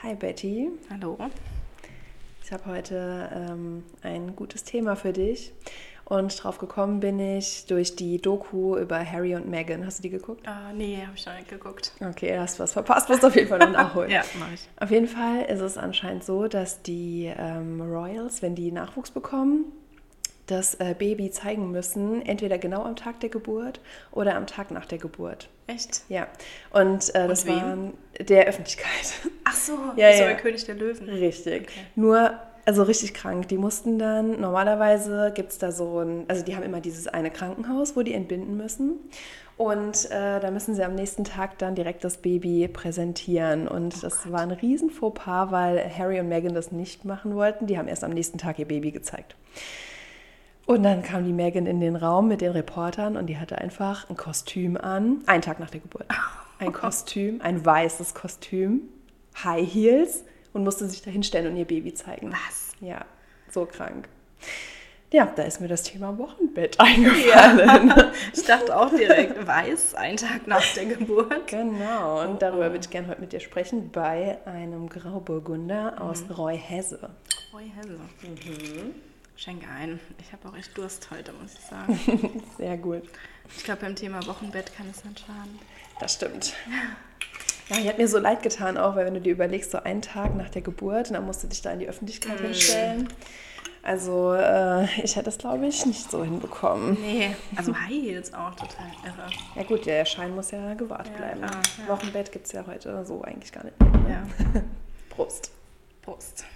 Hi Betty. Hallo. Ich habe heute ein gutes Thema für dich und drauf gekommen bin ich durch die Doku über Harry und Meghan. Hast du die geguckt? Nee, habe ich noch nicht geguckt. Okay, hast was verpasst, musst du auf jeden Fall noch nachholen. Ja, mach ich. Auf jeden Fall ist es anscheinend so, dass die Royals, wenn die Nachwuchs bekommen, das Baby zeigen müssen, entweder genau am Tag der Geburt oder am Tag nach der Geburt. Echt? Ja, und das wem? war der Öffentlichkeit. Ach so, Ja, so ja. bei König der Löwen. Richtig. Okay. Nur, also richtig krank. Die mussten dann, normalerweise gibt es da so ein, also die haben immer dieses eine Krankenhaus, wo die entbinden müssen. Und da müssen sie am nächsten Tag dann direkt das Baby präsentieren. Und das war ein riesen Fauxpas, weil Harry und Meghan das nicht machen wollten. Die haben erst am nächsten Tag ihr Baby gezeigt. Und dann kam die Meghan in den Raum mit den Reportern und die hatte einfach ein Kostüm an, einen Tag nach der Geburt. Ein Kostüm, ein weißes Kostüm, High Heels und musste sich da hinstellen und ihr Baby zeigen. Was? Ja, so krank. Ja, da ist mir das Thema Wochenbett eingefallen. Ja. Ich dachte auch direkt, weiß, einen Tag nach der Geburt. Genau, und darüber würde ich gerne heute mit dir sprechen bei einem Grauburgunder aus Reuhesse. Reuhesse. Schenke ein. Ich habe auch echt Durst heute, muss ich sagen. Sehr gut. Ich glaube, beim Thema Wochenbett kann es nicht schaden. Das stimmt. Ja, die hat mir so leid getan auch, weil wenn du dir überlegst, so einen Tag nach der Geburt, dann musst du dich da in die Öffentlichkeit hinstellen. Also ich hätte das, glaube ich, nicht so hinbekommen. Nee, also High Heels auch total irre. Ja gut, der Schein muss ja gewahrt bleiben. Klar, ja. Wochenbett gibt es ja heute so eigentlich gar nicht. Ja. Prost. Prost.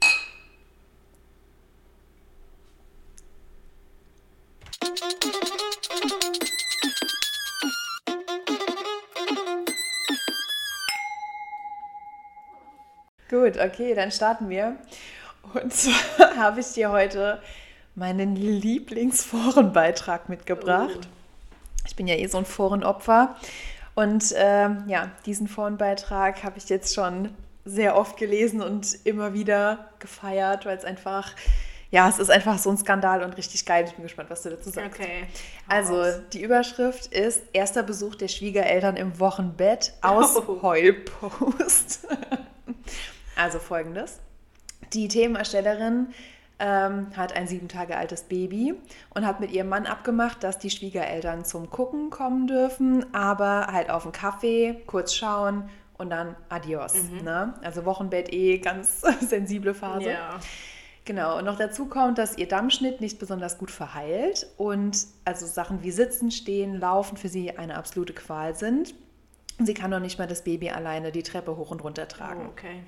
Gut, okay, dann starten wir. Und zwar habe ich dir heute meinen Lieblingsforenbeitrag mitgebracht. Ich bin ja eh so ein Forenopfer. Und diesen Forenbeitrag habe ich jetzt schon sehr oft gelesen und immer wieder gefeiert, weil es einfach, es ist einfach so ein Skandal und richtig geil. Ich bin gespannt, was du dazu sagst. Okay. Also, die Überschrift ist: Erster Besuch der Schwiegereltern im Wochenbett aus Heulpost. Also folgendes: Die Themenerstellerin hat ein 7 Tage altes Baby und hat mit ihrem Mann abgemacht, dass die Schwiegereltern zum Gucken kommen dürfen, aber halt auf einen Kaffee, kurz schauen und dann adios. Ne? Also Wochenbett ganz sensible Phase. Ja. Genau, und noch dazu kommt, dass ihr Dammschnitt nicht besonders gut verheilt und also Sachen wie Sitzen, Stehen, Laufen für sie eine absolute Qual sind. Sie kann noch nicht mal das Baby alleine die Treppe hoch und runter tragen. Oh, okay.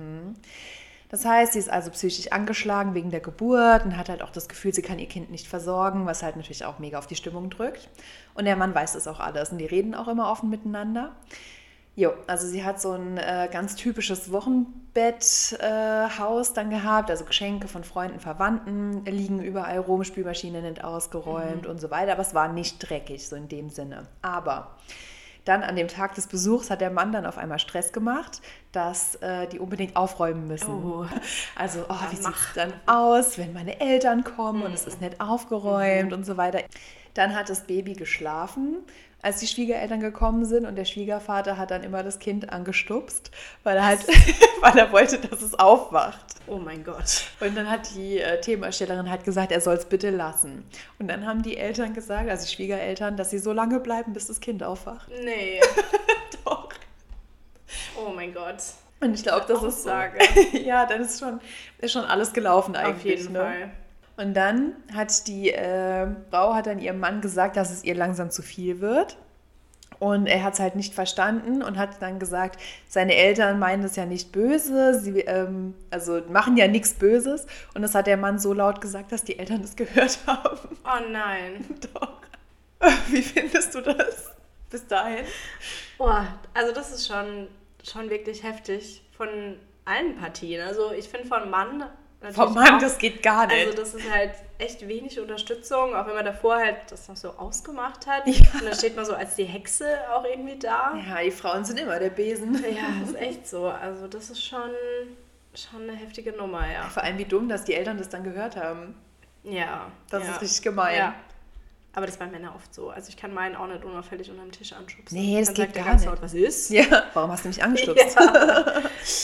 Das heißt, sie ist also psychisch angeschlagen wegen der Geburt und hat halt auch das Gefühl, sie kann ihr Kind nicht versorgen, was halt natürlich auch mega auf die Stimmung drückt. Und der Mann weiß das auch alles und die reden auch immer offen miteinander. Also sie hat so ein ganz typisches Wochenbetthaus dann gehabt, also Geschenke von Freunden, Verwandten liegen überall rum, Spülmaschine nicht ausgeräumt und so weiter, aber es war nicht dreckig, so in dem Sinne. Aber dann an dem Tag des Besuchs hat der Mann dann auf einmal Stress gemacht, dass die unbedingt aufräumen müssen. Oh. Also, wie sieht es dann aus, wenn meine Eltern kommen und es ist nicht aufgeräumt und so weiter. Dann hat das Baby geschlafen, als die Schwiegereltern gekommen sind, und der Schwiegervater hat dann immer das Kind angestupst, weil er weil er wollte, dass es aufwacht. Oh mein Gott. Und dann hat die Themenerstellerin halt gesagt, er soll es bitte lassen. Und dann haben die Eltern gesagt, also die Schwiegereltern, dass sie so lange bleiben, bis das Kind aufwacht. Nee. Doch. Oh mein Gott. Und ich glaube, das Aussage. ist so. Ja, dann ist schon alles gelaufen eigentlich. Auf jeden Fall. Und dann hat die Frau dann ihrem Mann gesagt, dass es ihr langsam zu viel wird. Und er hat es halt nicht verstanden und hat dann gesagt, seine Eltern meinen das ja nicht böse, sie machen ja nichts Böses. Und das hat der Mann so laut gesagt, dass die Eltern das gehört haben. Oh nein. Doch. Wie findest du das bis dahin? Oh, also das ist schon wirklich heftig von allen Partien. Also ich finde vom Mann Vom Mann, das geht gar nicht. Also das ist halt echt wenig Unterstützung, auch wenn man davor halt das noch so ausgemacht hat. Ja. Und dann steht man so als die Hexe auch irgendwie da. Ja, die Frauen sind immer der Besen. Ja, ist echt so. Also das ist schon eine heftige Nummer, ja. Vor allem wie dumm, dass die Eltern das dann gehört haben. Ja. Das ist richtig gemein. Ja. Aber das ist bei Männern oft so. Also ich kann meinen auch nicht unauffällig unterm Tisch anschubsen. Nee, das dann geht sagt der gar ganz nicht. laut, was ist? Ja, warum hast du mich angestupst? Ja.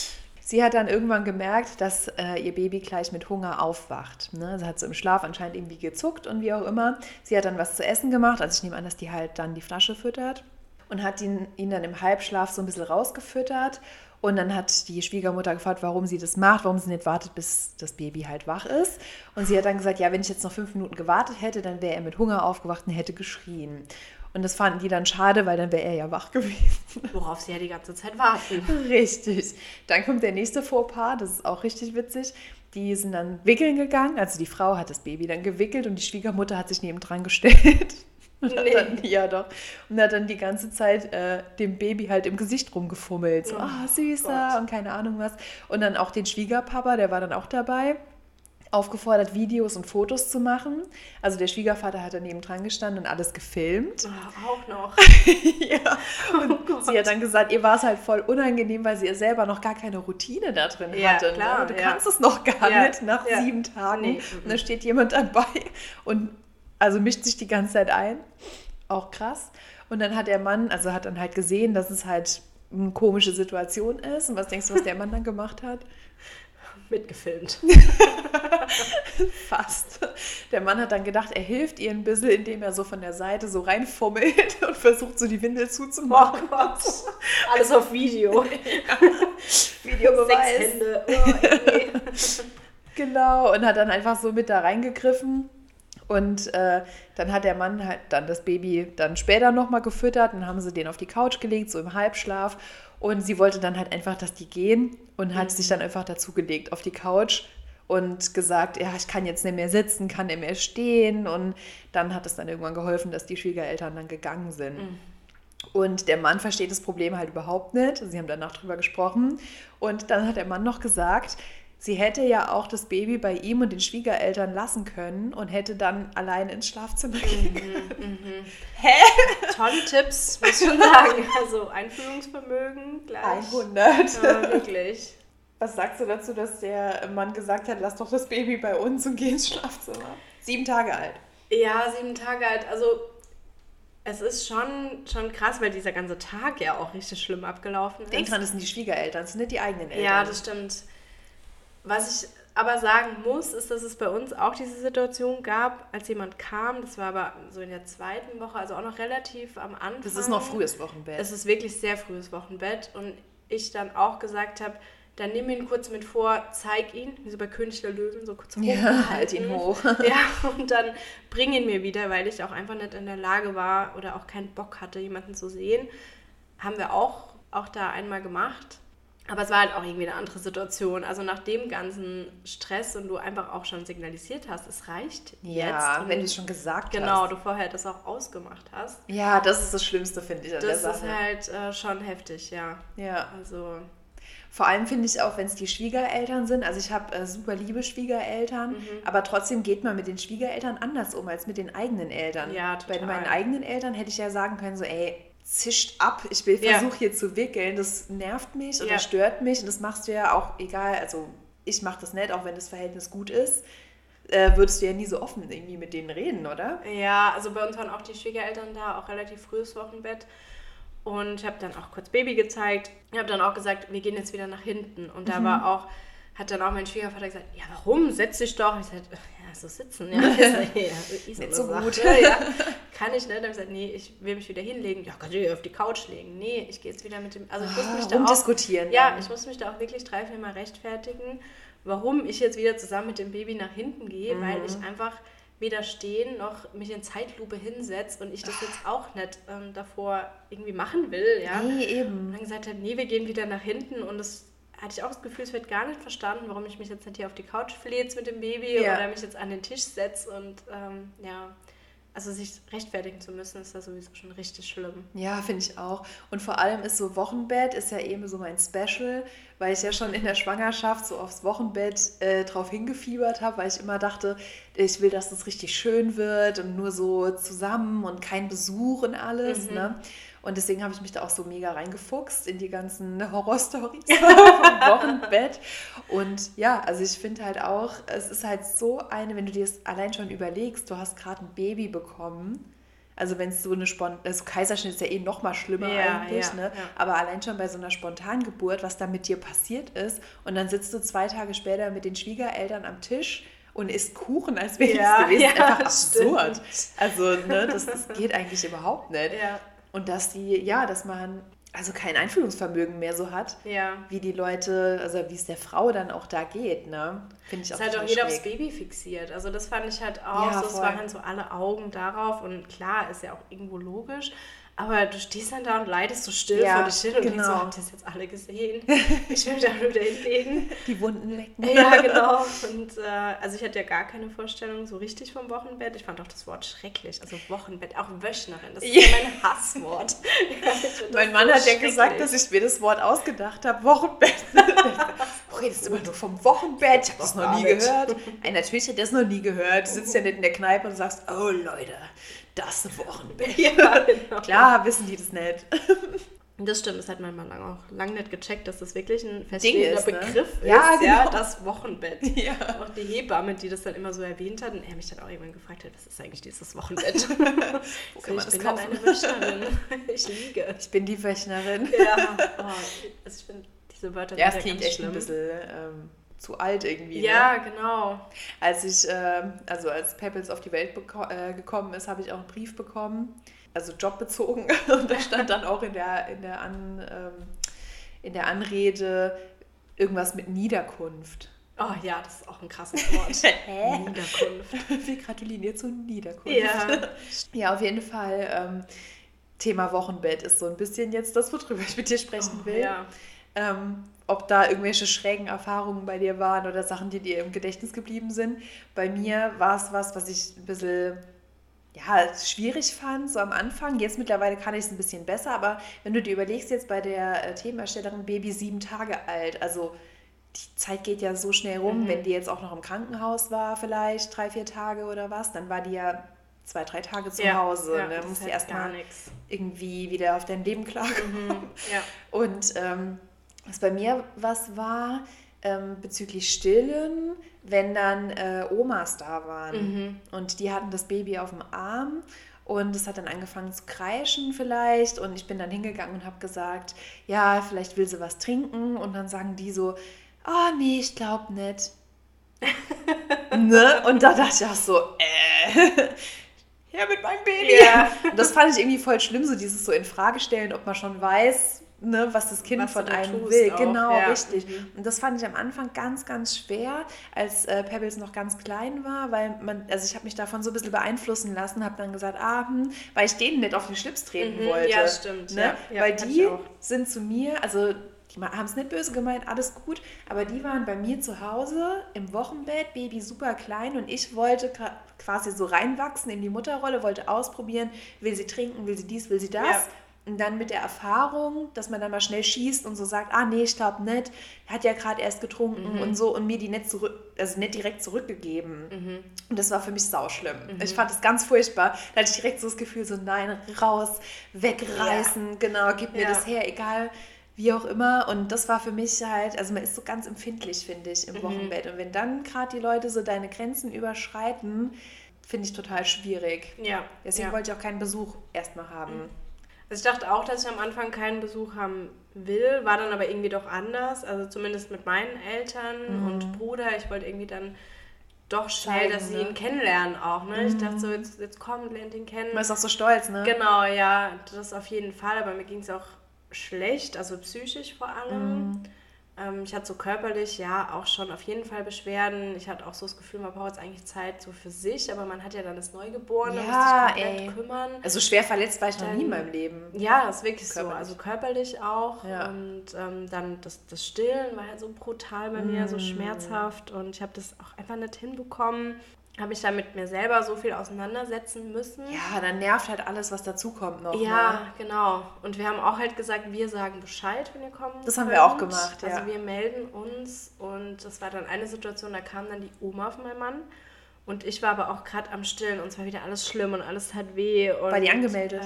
Sie hat dann irgendwann gemerkt, dass ihr Baby gleich mit Hunger aufwacht. Ne? Sie hat so im Schlaf anscheinend irgendwie gezuckt und wie auch immer. Sie hat dann was zu essen gemacht, also ich nehme an, dass die halt dann die Flasche füttert und hat ihn dann im Halbschlaf so ein bisschen rausgefüttert. Und dann hat die Schwiegermutter gefragt, warum sie das macht, warum sie nicht wartet, bis das Baby halt wach ist. Und sie hat dann gesagt, ja, wenn ich jetzt noch 5 Minuten gewartet hätte, dann wäre er mit Hunger aufgewacht und hätte geschrien. Und das fanden die dann schade, weil dann wäre er ja wach gewesen. Worauf sie ja die ganze Zeit warten. Richtig. Dann kommt der nächste Fauxpas, das ist auch richtig witzig. Die sind dann wickeln gegangen, also die Frau hat das Baby dann gewickelt und die Schwiegermutter hat sich nebendran gestellt. Und hat dann, ja doch. Und hat dann die ganze Zeit dem Baby halt im Gesicht rumgefummelt. So, süßer Gott. und keine Ahnung was. Und dann auch den Schwiegerpapa, der war dann auch dabei, aufgefordert, Videos und Fotos zu machen. Also der Schwiegervater hat daneben dran gestanden und alles gefilmt. Auch noch. Ja. Und sie hat dann gesagt, ihr war es halt voll unangenehm, weil sie ja selber noch gar keine Routine da drin hatte. Klar, ne? Du kannst es noch gar nicht nach 7 Tagen. Nee. Und da steht jemand dabei und also mischt sich die ganze Zeit ein. Auch krass. Und dann hat der Mann, also hat dann halt gesehen, dass es halt eine komische Situation ist. Und was denkst du, was der Mann dann gemacht hat? Mitgefilmt. Fast. Der Mann hat dann gedacht, er hilft ihr ein bisschen, indem er so von der Seite so reinfummelt und versucht so die Windel zuzumachen. Oh Gott. Alles auf Video. Videobeweis. 6 Hände. Oh, Genau. Und hat dann einfach so mit da reingegriffen. Und dann hat der Mann halt dann das Baby dann später nochmal gefüttert. Dann haben sie den auf die Couch gelegt, so im Halbschlaf. Und sie wollte dann halt einfach, dass die gehen und hat sich dann einfach dazugelegt auf die Couch und gesagt, ja, ich kann jetzt nicht mehr sitzen, kann nicht mehr stehen. Und dann hat es dann irgendwann geholfen, dass die Schwiegereltern dann gegangen sind. Und der Mann versteht das Problem halt überhaupt nicht. Sie haben danach drüber gesprochen. Und dann hat der Mann noch gesagt, sie hätte ja auch das Baby bei ihm und den Schwiegereltern lassen können und hätte dann allein ins Schlafzimmer gehen können. Tolle Tipps, muss ich schon sagen. Also Einfühlungsvermögen gleich. 100. Ja, wirklich. Was sagst du dazu, dass der Mann gesagt hat, lass doch das Baby bei uns und geh ins Schlafzimmer? 7 Tage alt. Ja, 7 Tage alt. Also es ist schon krass, weil dieser ganze Tag ja auch richtig schlimm abgelaufen ist. Denk dran, das sind die Schwiegereltern, das sind nicht die eigenen Eltern. Ja, das stimmt. Was ich aber sagen muss, ist, dass es bei uns auch diese Situation gab, als jemand kam. Das war aber so in der 2. Woche, also auch noch relativ am Anfang. Das ist noch frühes Wochenbett. Es ist wirklich sehr frühes Wochenbett. Und ich dann auch gesagt habe, dann nimm ihn kurz mit vor, zeig ihn, wie so bei König der Löwen, so kurz hochgehalten. Ja, halt ihn hoch. Ja, und dann bring ihn mir wieder, weil ich auch einfach nicht in der Lage war oder auch keinen Bock hatte, jemanden zu sehen. Haben wir auch da einmal gemacht. Aber es war halt auch irgendwie eine andere Situation. Also nach dem ganzen Stress und du einfach auch schon signalisiert hast, es reicht jetzt. Ja, wenn du es schon gesagt hast. Genau, du vorher das auch ausgemacht hast. Ja, das ist das Schlimmste, finde ich, an der Sache. Das ist halt schon heftig, ja. Ja. Also vor allem finde ich auch, wenn es die Schwiegereltern sind, also ich habe super liebe Schwiegereltern, aber trotzdem geht man mit den Schwiegereltern anders um als mit den eigenen Eltern. Ja, total. Bei meinen eigenen Eltern hätte ich ja sagen können, so ey, zischt ab, ich versuche hier zu wickeln, das nervt mich oder stört mich und das machst du ja auch, egal, also ich mache das nicht, auch wenn das Verhältnis gut ist, würdest du ja nie so offen irgendwie mit denen reden, oder? Ja, also bei uns waren auch die Schwiegereltern da, auch relativ frühes Wochenbett. Und ich habe dann auch kurz Baby gezeigt. Ich habe dann auch gesagt, wir gehen jetzt wieder nach hinten. Und da hat dann auch mein Schwiegervater gesagt, ja, warum? Setz dich doch. Ich sagte, ja, so sitzen. Ja, ist nicht so gut. Ja, kann ich nicht. Dann habe ich gesagt, nee, ich will mich wieder hinlegen. Ja, kannst du dich auf die Couch legen. Nee, ich gehe jetzt wieder mit dem... Also ich muss mich da rumdiskutieren. Ja, ich muss mich da auch wirklich 3-4 Mal rechtfertigen, warum ich jetzt wieder zusammen mit dem Baby nach hinten gehe, weil ich einfach weder stehen noch mich in Zeitlupe hinsetze und ich das jetzt auch nicht davor irgendwie machen will. Ja? Nee, eben. Und dann gesagt habe, nee, wir gehen wieder nach hinten und das hatte ich auch das Gefühl, es wird gar nicht verstanden, warum ich mich jetzt nicht hier auf die Couch flitze mit dem Baby oder mich jetzt an den Tisch setze und also sich rechtfertigen zu müssen, ist da sowieso schon richtig schlimm. Ja, finde ich auch. Und vor allem ist so Wochenbett ist ja eben so mein Special, weil ich ja schon in der Schwangerschaft so aufs Wochenbett drauf hingefiebert habe, weil ich immer dachte, ich will, dass das richtig schön wird und nur so zusammen und kein Besuch und alles, ne? Und deswegen habe ich mich da auch so mega reingefuchst in die ganzen Horrorstories vom Wochenbett. Und ja, also ich finde halt auch, es ist halt so eine, wenn du dir das allein schon überlegst, du hast gerade ein Baby bekommen. Also wenn es so eine also Kaiserschnitt ist ja noch mal schlimmer eigentlich, ne? Ja. Aber allein schon bei so einer Spontangeburt, was da mit dir passiert ist und dann sitzt du 2 Tage später mit den Schwiegereltern am Tisch und isst Kuchen, als wäre es gewesen. Einfach absurd. Also ne, das geht eigentlich überhaupt nicht. Ja. Und dass man also kein Einfühlungsvermögen mehr so hat, wie die Leute, also wie es der Frau dann auch da geht, ne? Finde ich auch total schräg. Ist halt auch jeder aufs Baby fixiert. Also das fand ich halt auch so, es waren so alle Augen darauf und klar, ist ja auch irgendwo logisch, aber du stehst dann da und leidest so still vor dich hin und denkst so, habt ihr das jetzt alle gesehen? Ich will da wieder hinlegen. Die Wunden lecken. Ja, genau. Und also ich hatte ja gar keine Vorstellung so richtig vom Wochenbett. Ich fand auch das Wort schrecklich. Also Wochenbett, auch Wöchnerin, das ist ja mein Hasswort. Mein Mann hat ja gesagt, dass ich mir das Wort ausgedacht habe, Wochenbett. Du redest immer nur vom Wochenbett. Ich habe das noch nie gehört. Natürlich hat das noch nie gehört. Du sitzt ja nicht in der Kneipe und sagst, oh Leute, das Wochenbett. Ja, genau. Klar wissen die das nicht. Das stimmt, das hat mein Mann lang nicht gecheckt, dass das wirklich ein feststehender Begriff ist. Ja, genau. Das Wochenbett. Ja. Auch die Hebamme, die das dann immer so erwähnt hat und er mich dann auch irgendwann gefragt hat, was ist eigentlich dieses Wochenbett? Wo kann man das kaufen? Ich bin dann eine Wöchnerin. Ich liege. Ich bin die Wöchnerin. Ja, also ich finde diese Wörter ja, das klingt echt schlimm. Ein bisschen zu alt irgendwie. Ja, ne? Genau. Als Pebbles auf die Welt gekommen ist, habe ich auch einen Brief bekommen, also jobbezogen. Und da stand dann auch in der Anrede irgendwas mit Niederkunft. Oh ja, das ist auch ein krasses Wort. Niederkunft. Wir gratulieren dir zur Niederkunft. Ja. Ja, auf jeden Fall. Thema Wochenbett ist so ein bisschen jetzt das, worüber ich mit dir sprechen will. Ja. Ob da irgendwelche schrägen Erfahrungen bei dir waren oder Sachen, die dir im Gedächtnis geblieben sind. Bei mir war es was ich ein bisschen schwierig fand, so am Anfang. Jetzt mittlerweile kann ich es ein bisschen besser, aber wenn du dir überlegst, jetzt bei der Themenerstellerin Baby 7 Tage alt, also die Zeit geht ja so schnell rum, wenn die jetzt auch noch im Krankenhaus war, vielleicht 3-4 Tage oder was, dann war die ja 2-3 Tage zu Hause. Ja, ne? Musst du erstmal irgendwie wieder auf dein Leben klarkommen. Ja. Und was bei mir was war, bezüglich Stillen, wenn dann Omas da waren und die hatten das Baby auf dem Arm und es hat dann angefangen zu kreischen vielleicht und ich bin dann hingegangen und habe gesagt, ja, vielleicht will sie was trinken und dann sagen die so, oh nee, ich glaube nicht. Ne? Und da dachte ich auch so, ja, mit meinem Baby. Ja. Und das fand ich irgendwie voll schlimm, so dieses so in Frage stellen, ob man schon weiß, ne, was das Kind von einem will. Auch. Genau, richtig. Und das fand ich am Anfang ganz, ganz schwer, als Pebbles noch ganz klein war, weil ich habe mich davon so ein bisschen beeinflussen lassen, habe dann gesagt, weil ich denen nicht auf den Schlips treten wollte. Ja, stimmt. Ne? Ja, weil die sind zu mir, also die haben es nicht böse gemeint, alles gut, aber die waren bei mir zu Hause im Wochenbett, Baby super klein und ich wollte quasi so reinwachsen in die Mutterrolle, wollte ausprobieren, will sie trinken, will sie dies, will sie das. Ja. Und dann mit der Erfahrung, dass man dann mal schnell schießt und so sagt, nee, ich glaube nicht, er hat ja gerade erst getrunken und so und mir die nicht direkt zurückgegeben. Und das war für mich sauschlimm. Ich fand es ganz furchtbar. Da hatte ich direkt so das Gefühl, so nein, raus, wegreißen, genau, gib mir das her, egal wie auch immer. Und das war für mich halt, also man ist so ganz empfindlich, finde ich, im Wochenbett. Und wenn dann gerade die Leute so deine Grenzen überschreiten, finde ich total schwierig. Ja. Deswegen wollte ich auch keinen Besuch erstmal haben. Also ich dachte auch, dass ich am Anfang keinen Besuch haben will, war dann aber irgendwie doch anders, also zumindest mit meinen Eltern und Bruder. Ich wollte irgendwie dann doch schnell, dass sie ihn kennenlernen auch, ne? Ich dachte so, jetzt komm, lernt ihn kennen. Man ist auch so stolz, ne? Genau, ja, das auf jeden Fall, aber mir ging es auch schlecht, also psychisch vor allem. Ich hatte so körperlich, auch schon auf jeden Fall Beschwerden. Ich hatte auch so das Gefühl, man braucht jetzt eigentlich Zeit so für sich, aber man hat ja dann das Neugeborene, muss sich komplett kümmern. Also schwer verletzt war ich noch nie in meinem Leben. Ja, das ist wirklich körperlich. So, also körperlich auch. Ja. Und dann das Stillen war halt so brutal bei mir, so schmerzhaft und ich habe das auch einfach nicht hinbekommen. Habe mich da mit mir selber so viel auseinandersetzen müssen. Ja, dann nervt halt alles, was dazukommt noch. Ja, ne? Genau. Und wir haben auch halt gesagt, wir sagen Bescheid, wenn ihr kommen Das haben wir auch gemacht, ja. Also wir melden uns und das war dann eine Situation, da kam dann die Oma von meinem Mann und ich war aber auch gerade am Stillen und es war wieder alles schlimm und alles tat weh. Und, war die angemeldet?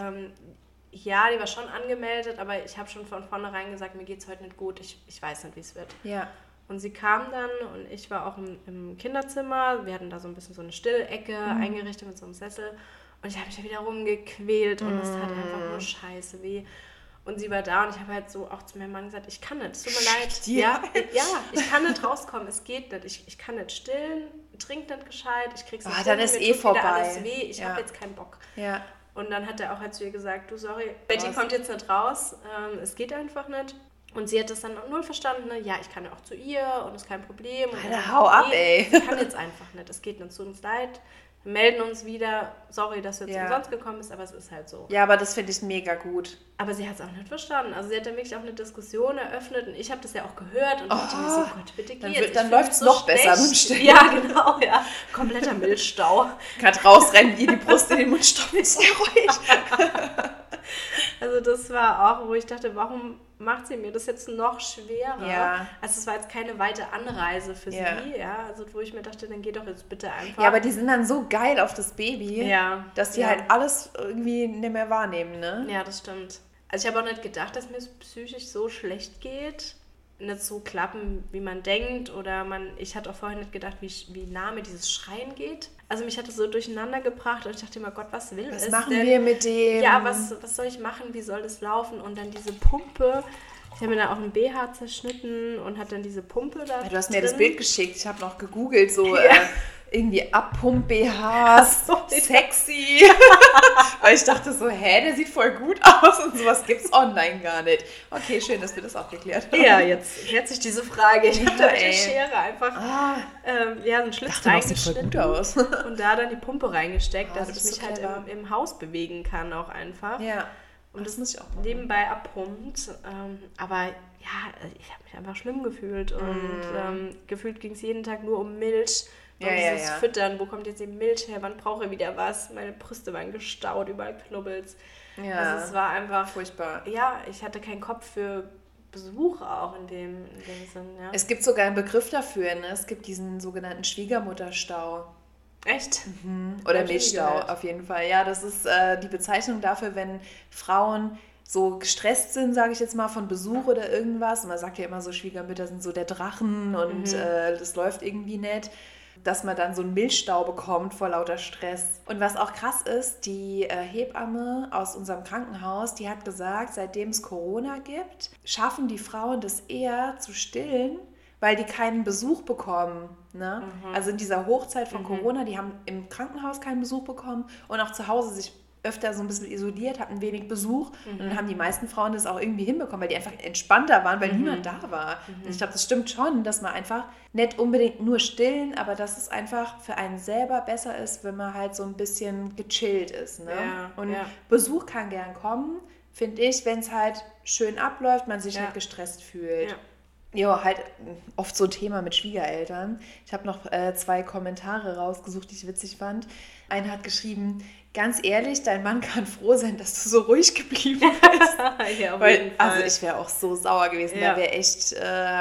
Ja, die war schon angemeldet, aber ich habe schon von vornherein gesagt, mir geht's heute nicht gut, ich weiß nicht, wie es wird. Ja. Und sie kam dann und ich war auch im Kinderzimmer. Wir hatten da so ein bisschen so eine Stillecke eingerichtet mit so einem Sessel. Und ich habe mich ja wieder rumgequält und es tat einfach nur scheiße weh. Und sie war da und ich habe halt so auch zu meinem Mann gesagt, ich kann nicht, es tut mir leid. Ja, ich kann nicht rauskommen, es geht nicht. Ich kann nicht stillen, trink nicht gescheit, ich krieg's nicht. Dann ist vorbei. Alles weh, ich habe jetzt keinen Bock. Ja. Und dann hat er auch halt zu ihr gesagt, du, sorry, Betty kommt jetzt nicht raus, es geht einfach nicht. Und sie hat das dann null verstanden, ne? Ja, ich kann ja auch zu ihr und ist kein Problem. Und Alter, hau ab, ey. Ich kann jetzt einfach nicht, es geht nicht, tut uns leid. Wir melden uns wieder, sorry, dass du jetzt umsonst gekommen bist, aber es ist halt so. Ja, aber das finde ich mega gut. Aber sie hat es auch nicht verstanden. Also sie hat dann wirklich auch eine Diskussion eröffnet und ich habe das ja auch gehört und dachte mir so, Gott, bitte geh jetzt. Dann läuft es so noch besser mit dem Stillen. Ja, genau, ja. Kompletter Milchstau. Gerade rausrennen, ihr die Brust in den Mund stopfen, sehr ruhig. Also das war auch, wo ich dachte, warum macht sie mir das jetzt noch schwerer? Ja. Also es war jetzt keine weite Anreise für sie, ja. Also wo ich mir dachte, dann geh doch jetzt bitte einfach. Ja, aber die sind dann so geil auf das Baby, dass die halt alles irgendwie nicht mehr wahrnehmen, ne? Ja, das stimmt. Also ich habe auch nicht gedacht, dass mir es psychisch so schlecht geht. Nicht so klappen, wie man denkt. Oder ich hatte auch vorher nicht gedacht, wie nah mir dieses Schreien geht. Also mich hat das so durcheinander gebracht und ich dachte immer, Gott, was will es denn? Was machen wir mit dem? Ja, was soll ich machen? Wie soll das laufen? Und dann diese Pumpe. Ich habe mir dann auch ein BH zerschnitten und hat dann diese Pumpe da Du hast mir das Bild geschickt. Ich habe noch gegoogelt, so irgendwie Abpump-BHs, sexy. Weil ich dachte so, der sieht voll gut aus und sowas gibt's online gar nicht. Okay, schön, dass wir das auch geklärt haben. Ja, jetzt klärt sich diese Frage. Ich habe da mit der Schere einfach so einen Schlitz reingeschnitten sieht voll gut aus. Und da dann die Pumpe reingesteckt, dass ich mich so halt im Haus bewegen kann auch einfach. Ja. Und das muss ich auch nebenbei abpumpt. Aber ja, ich habe mich einfach schlimm gefühlt. Und gefühlt ging es jeden Tag nur um Milch. Und dieses Füttern, wo kommt jetzt die Milch her, wann brauche ich wieder was? Meine Brüste waren gestaut, überall Knubbels. Ja, also es war einfach furchtbar. Ja, ich hatte keinen Kopf für Besuch auch in dem Sinn. Ja. Es gibt sogar einen Begriff dafür, ne? Es gibt diesen sogenannten Schwiegermutterstau. Echt? Oder Milchstau auf jeden Fall. Ja, das ist die Bezeichnung dafür, wenn Frauen so gestresst sind, sage ich jetzt mal, von Besuch oder irgendwas. Und man sagt ja immer so, Schwiegermütter sind so der Drachen und das läuft irgendwie nicht. Dass man dann so einen Milchstau bekommt vor lauter Stress. Und was auch krass ist, die Hebamme aus unserem Krankenhaus, die hat gesagt, seitdem es Corona gibt, schaffen die Frauen das eher zu stillen, weil die keinen Besuch bekommen. Ne? Also in dieser Hochzeit von Corona, die haben im Krankenhaus keinen Besuch bekommen und auch zu Hause sich öfter so ein bisschen isoliert, hatten wenig Besuch und dann haben die meisten Frauen das auch irgendwie hinbekommen, weil die einfach entspannter waren, weil niemand da war. Und ich glaube, das stimmt schon, dass man einfach nicht unbedingt nur stillen, aber dass es einfach für einen selber besser ist, wenn man halt so ein bisschen gechillt ist. Ne? Und Besuch kann gern kommen, finde ich, wenn es halt schön abläuft, man sich nicht gestresst fühlt. Ja. Jo, halt oft so ein Thema mit Schwiegereltern. Ich habe noch 2 Kommentare rausgesucht, die ich witzig fand. Einer hat geschrieben, ganz ehrlich, dein Mann kann froh sein, dass du so ruhig geblieben bist. Ja, auf jeden Fall. Also ich wäre auch so sauer gewesen, da wäre echt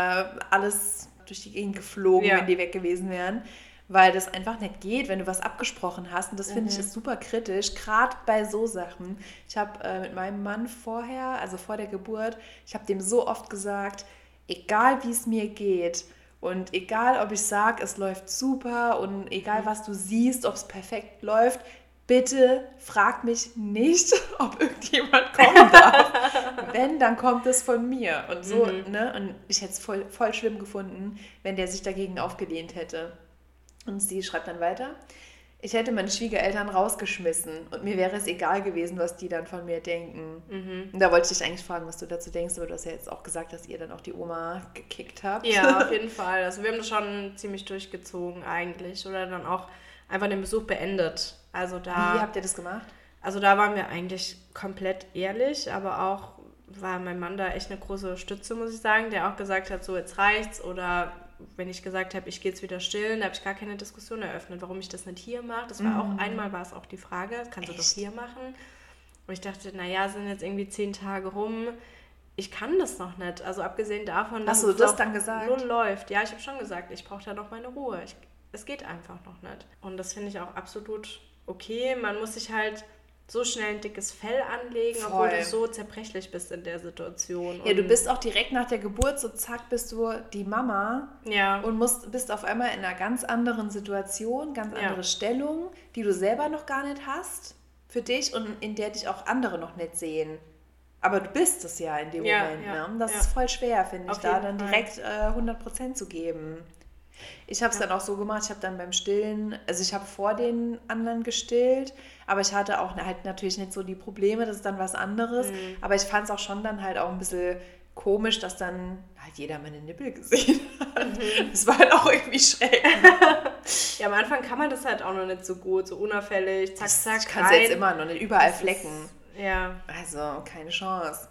alles durch die Gegend geflogen, wenn die weg gewesen wären. Weil das einfach nicht geht, wenn du was abgesprochen hast. Und das finde ich ist super kritisch, gerade bei so Sachen. Ich habe mit meinem Mann vorher, also vor der Geburt, ich habe dem so oft gesagt, egal wie es mir geht und egal ob ich sage, es läuft super und egal was du siehst, ob es perfekt läuft, bitte frag mich nicht, ob irgendjemand kommen darf. Wenn, dann kommt es von mir. Und so, ne? Und ich hätte es voll schlimm gefunden, wenn der sich dagegen aufgelehnt hätte. Und sie schreibt dann weiter, ich hätte meine Schwiegereltern rausgeschmissen und mir wäre es egal gewesen, was die dann von mir denken. Und da wollte ich dich eigentlich fragen, was du dazu denkst, aber du hast ja jetzt auch gesagt, dass ihr dann auch die Oma gekickt habt. Ja, auf jeden Fall. Also wir haben das schon ziemlich durchgezogen eigentlich oder dann auch einfach den Besuch beendet. Also da, wie habt ihr das gemacht? Also da waren wir eigentlich komplett ehrlich, aber auch war mein Mann da echt eine große Stütze, muss ich sagen, der auch gesagt hat, so jetzt reicht's oder wenn ich gesagt habe, ich gehe jetzt wieder stillen, da habe ich gar keine Diskussion eröffnet, warum ich das nicht hier mache. Das war auch, einmal war es auch die Frage, kannst du doch hier machen? Und ich dachte, naja, sind jetzt irgendwie 10 Tage rum, ich kann das noch nicht. Also abgesehen davon, dass es das dann gesagt? Nur läuft. Ja, ich habe schon gesagt, ich brauche da noch meine Ruhe. Es geht einfach noch nicht. Und das finde ich auch absolut okay. Man muss sich halt so schnell ein dickes Fell anlegen, obwohl du so zerbrechlich bist in der Situation. Ja, du bist auch direkt nach der Geburt, so zack, bist du die Mama und bist auf einmal in einer ganz anderen Situation, ganz andere Stellung, die du selber noch gar nicht hast. für dich und in der dich auch andere noch nicht sehen. Aber du bist es ja in dem Moment. Ne? Und das ist voll schwer, finde ich, da dann direkt 100% zu geben. Ich habe es dann auch so gemacht, ich habe dann beim Stillen, also ich habe vor den anderen gestillt, aber ich hatte auch halt natürlich nicht so die Probleme, das ist dann was anderes. Aber ich fand es auch schon dann halt auch ein bisschen komisch, dass dann halt jeder meine Nippel gesehen hat. Das war halt auch irgendwie schräg. Ja, am Anfang kann man das halt auch noch nicht so gut, so unauffällig, zack, zack, ich kann es jetzt immer noch nicht, überall das Flecken. Ja. Also, keine Chance.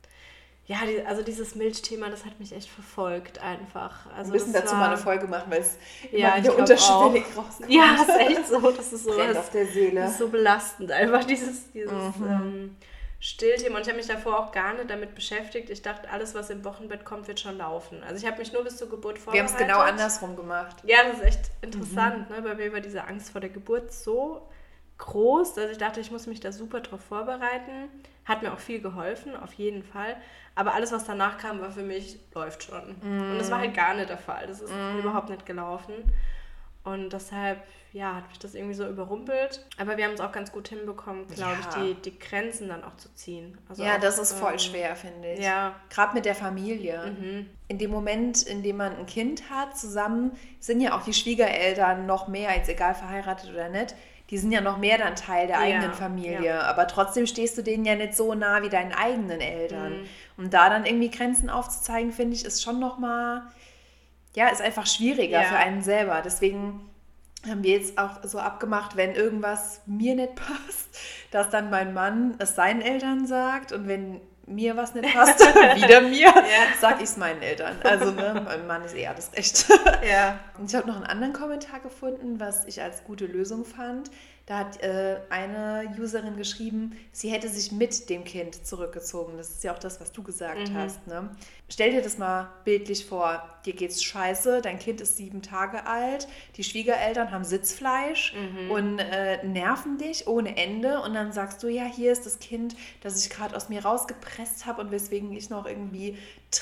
Ja, also dieses Milchthema, das hat mich echt verfolgt einfach. Also wir müssen dazu mal eine Folge machen, weil es immer wieder unterschwellig rauskommt. Ja, das ist echt so. Das ist so brennt auf der Seele. Das ist so belastend, einfach dieses Stillthema. Und ich habe mich davor auch gar nicht damit beschäftigt. Ich dachte, alles, was im Wochenbett kommt, wird schon laufen. Also ich habe mich nur bis zur Geburt vorbereitet. Wir haben es genau andersrum gemacht. Ja, das ist echt interessant. Ne? Bei mir war diese Angst vor der Geburt so groß, dass ich dachte, ich muss mich da super drauf vorbereiten. Hat mir auch viel geholfen, auf jeden Fall. Aber alles, was danach kam, war für mich, läuft schon. Und das war halt gar nicht der Fall. Das ist überhaupt nicht gelaufen. Und deshalb, ja, hat mich das irgendwie so überrumpelt. Aber wir haben es auch ganz gut hinbekommen, glaube ich, die Grenzen dann auch zu ziehen. Also ja, auch, das ist voll schwer, finde ich. Ja. Gerade mit der Familie. In dem Moment, in dem man ein Kind hat, zusammen, sind ja auch die Schwiegereltern noch mehr, als egal verheiratet oder nicht, die sind ja noch mehr dann Teil der eigenen Familie. Ja. Aber trotzdem stehst du denen ja nicht so nah wie deinen eigenen Eltern. Und da dann irgendwie Grenzen aufzuzeigen, finde ich, ist schon nochmal, ja, ist einfach schwieriger für einen selber. Deswegen haben wir jetzt auch so abgemacht, wenn irgendwas mir nicht passt, dass dann mein Mann es seinen Eltern sagt und wenn mir was nicht passt, wieder mir, sag ich es meinen Eltern. Also mein Mann ist alles recht. Ja. Und ich habe noch einen anderen Kommentar gefunden, was ich als gute Lösung fand. Da hat eine Userin geschrieben, sie hätte sich mit dem Kind zurückgezogen. Das ist ja auch das, was du gesagt hast. Ne? Stell dir das mal bildlich vor. Dir geht's scheiße, dein Kind ist 7 Tage alt, die Schwiegereltern haben Sitzfleisch und nerven dich ohne Ende. Und dann sagst du, ja, hier ist das Kind, das ich gerade aus mir rausgepresst habe und weswegen ich noch irgendwie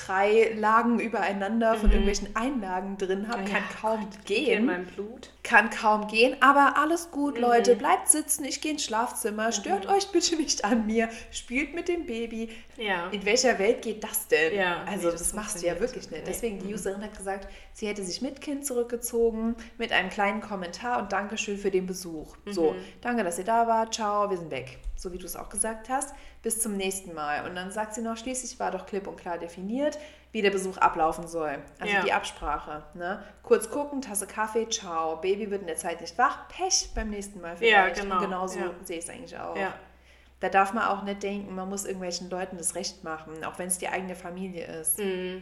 3 Lagen übereinander von irgendwelchen Einlagen drin habe, kann kaum gehen. In meinem Blut. Kann kaum gehen, aber alles gut, Leute. Bleibt sitzen, ich gehe ins Schlafzimmer. Stört euch bitte nicht an mir. Spielt mit dem Baby. Ja. In welcher Welt geht das denn? Ja, also das machst du ja wirklich nicht. Deswegen, die Userin hat gesagt, sie hätte sich mit Kind zurückgezogen, mit einem kleinen Kommentar und Dankeschön für den Besuch. So, danke, dass ihr da wart. Ciao, wir sind weg. So wie du es auch gesagt hast. Bis zum nächsten Mal. Und dann sagt sie noch, schließlich war doch klipp und klar definiert, wie der Besuch ablaufen soll. Also die Absprache. Ne? Kurz gucken, Tasse Kaffee, ciao. Baby wird in der Zeit nicht wach. Pech beim nächsten Mal vielleicht. Ja, genau. Und genauso sehe ich es eigentlich auch. Ja. Da darf man auch nicht denken, man muss irgendwelchen Leuten das Recht machen, auch wenn es die eigene Familie ist.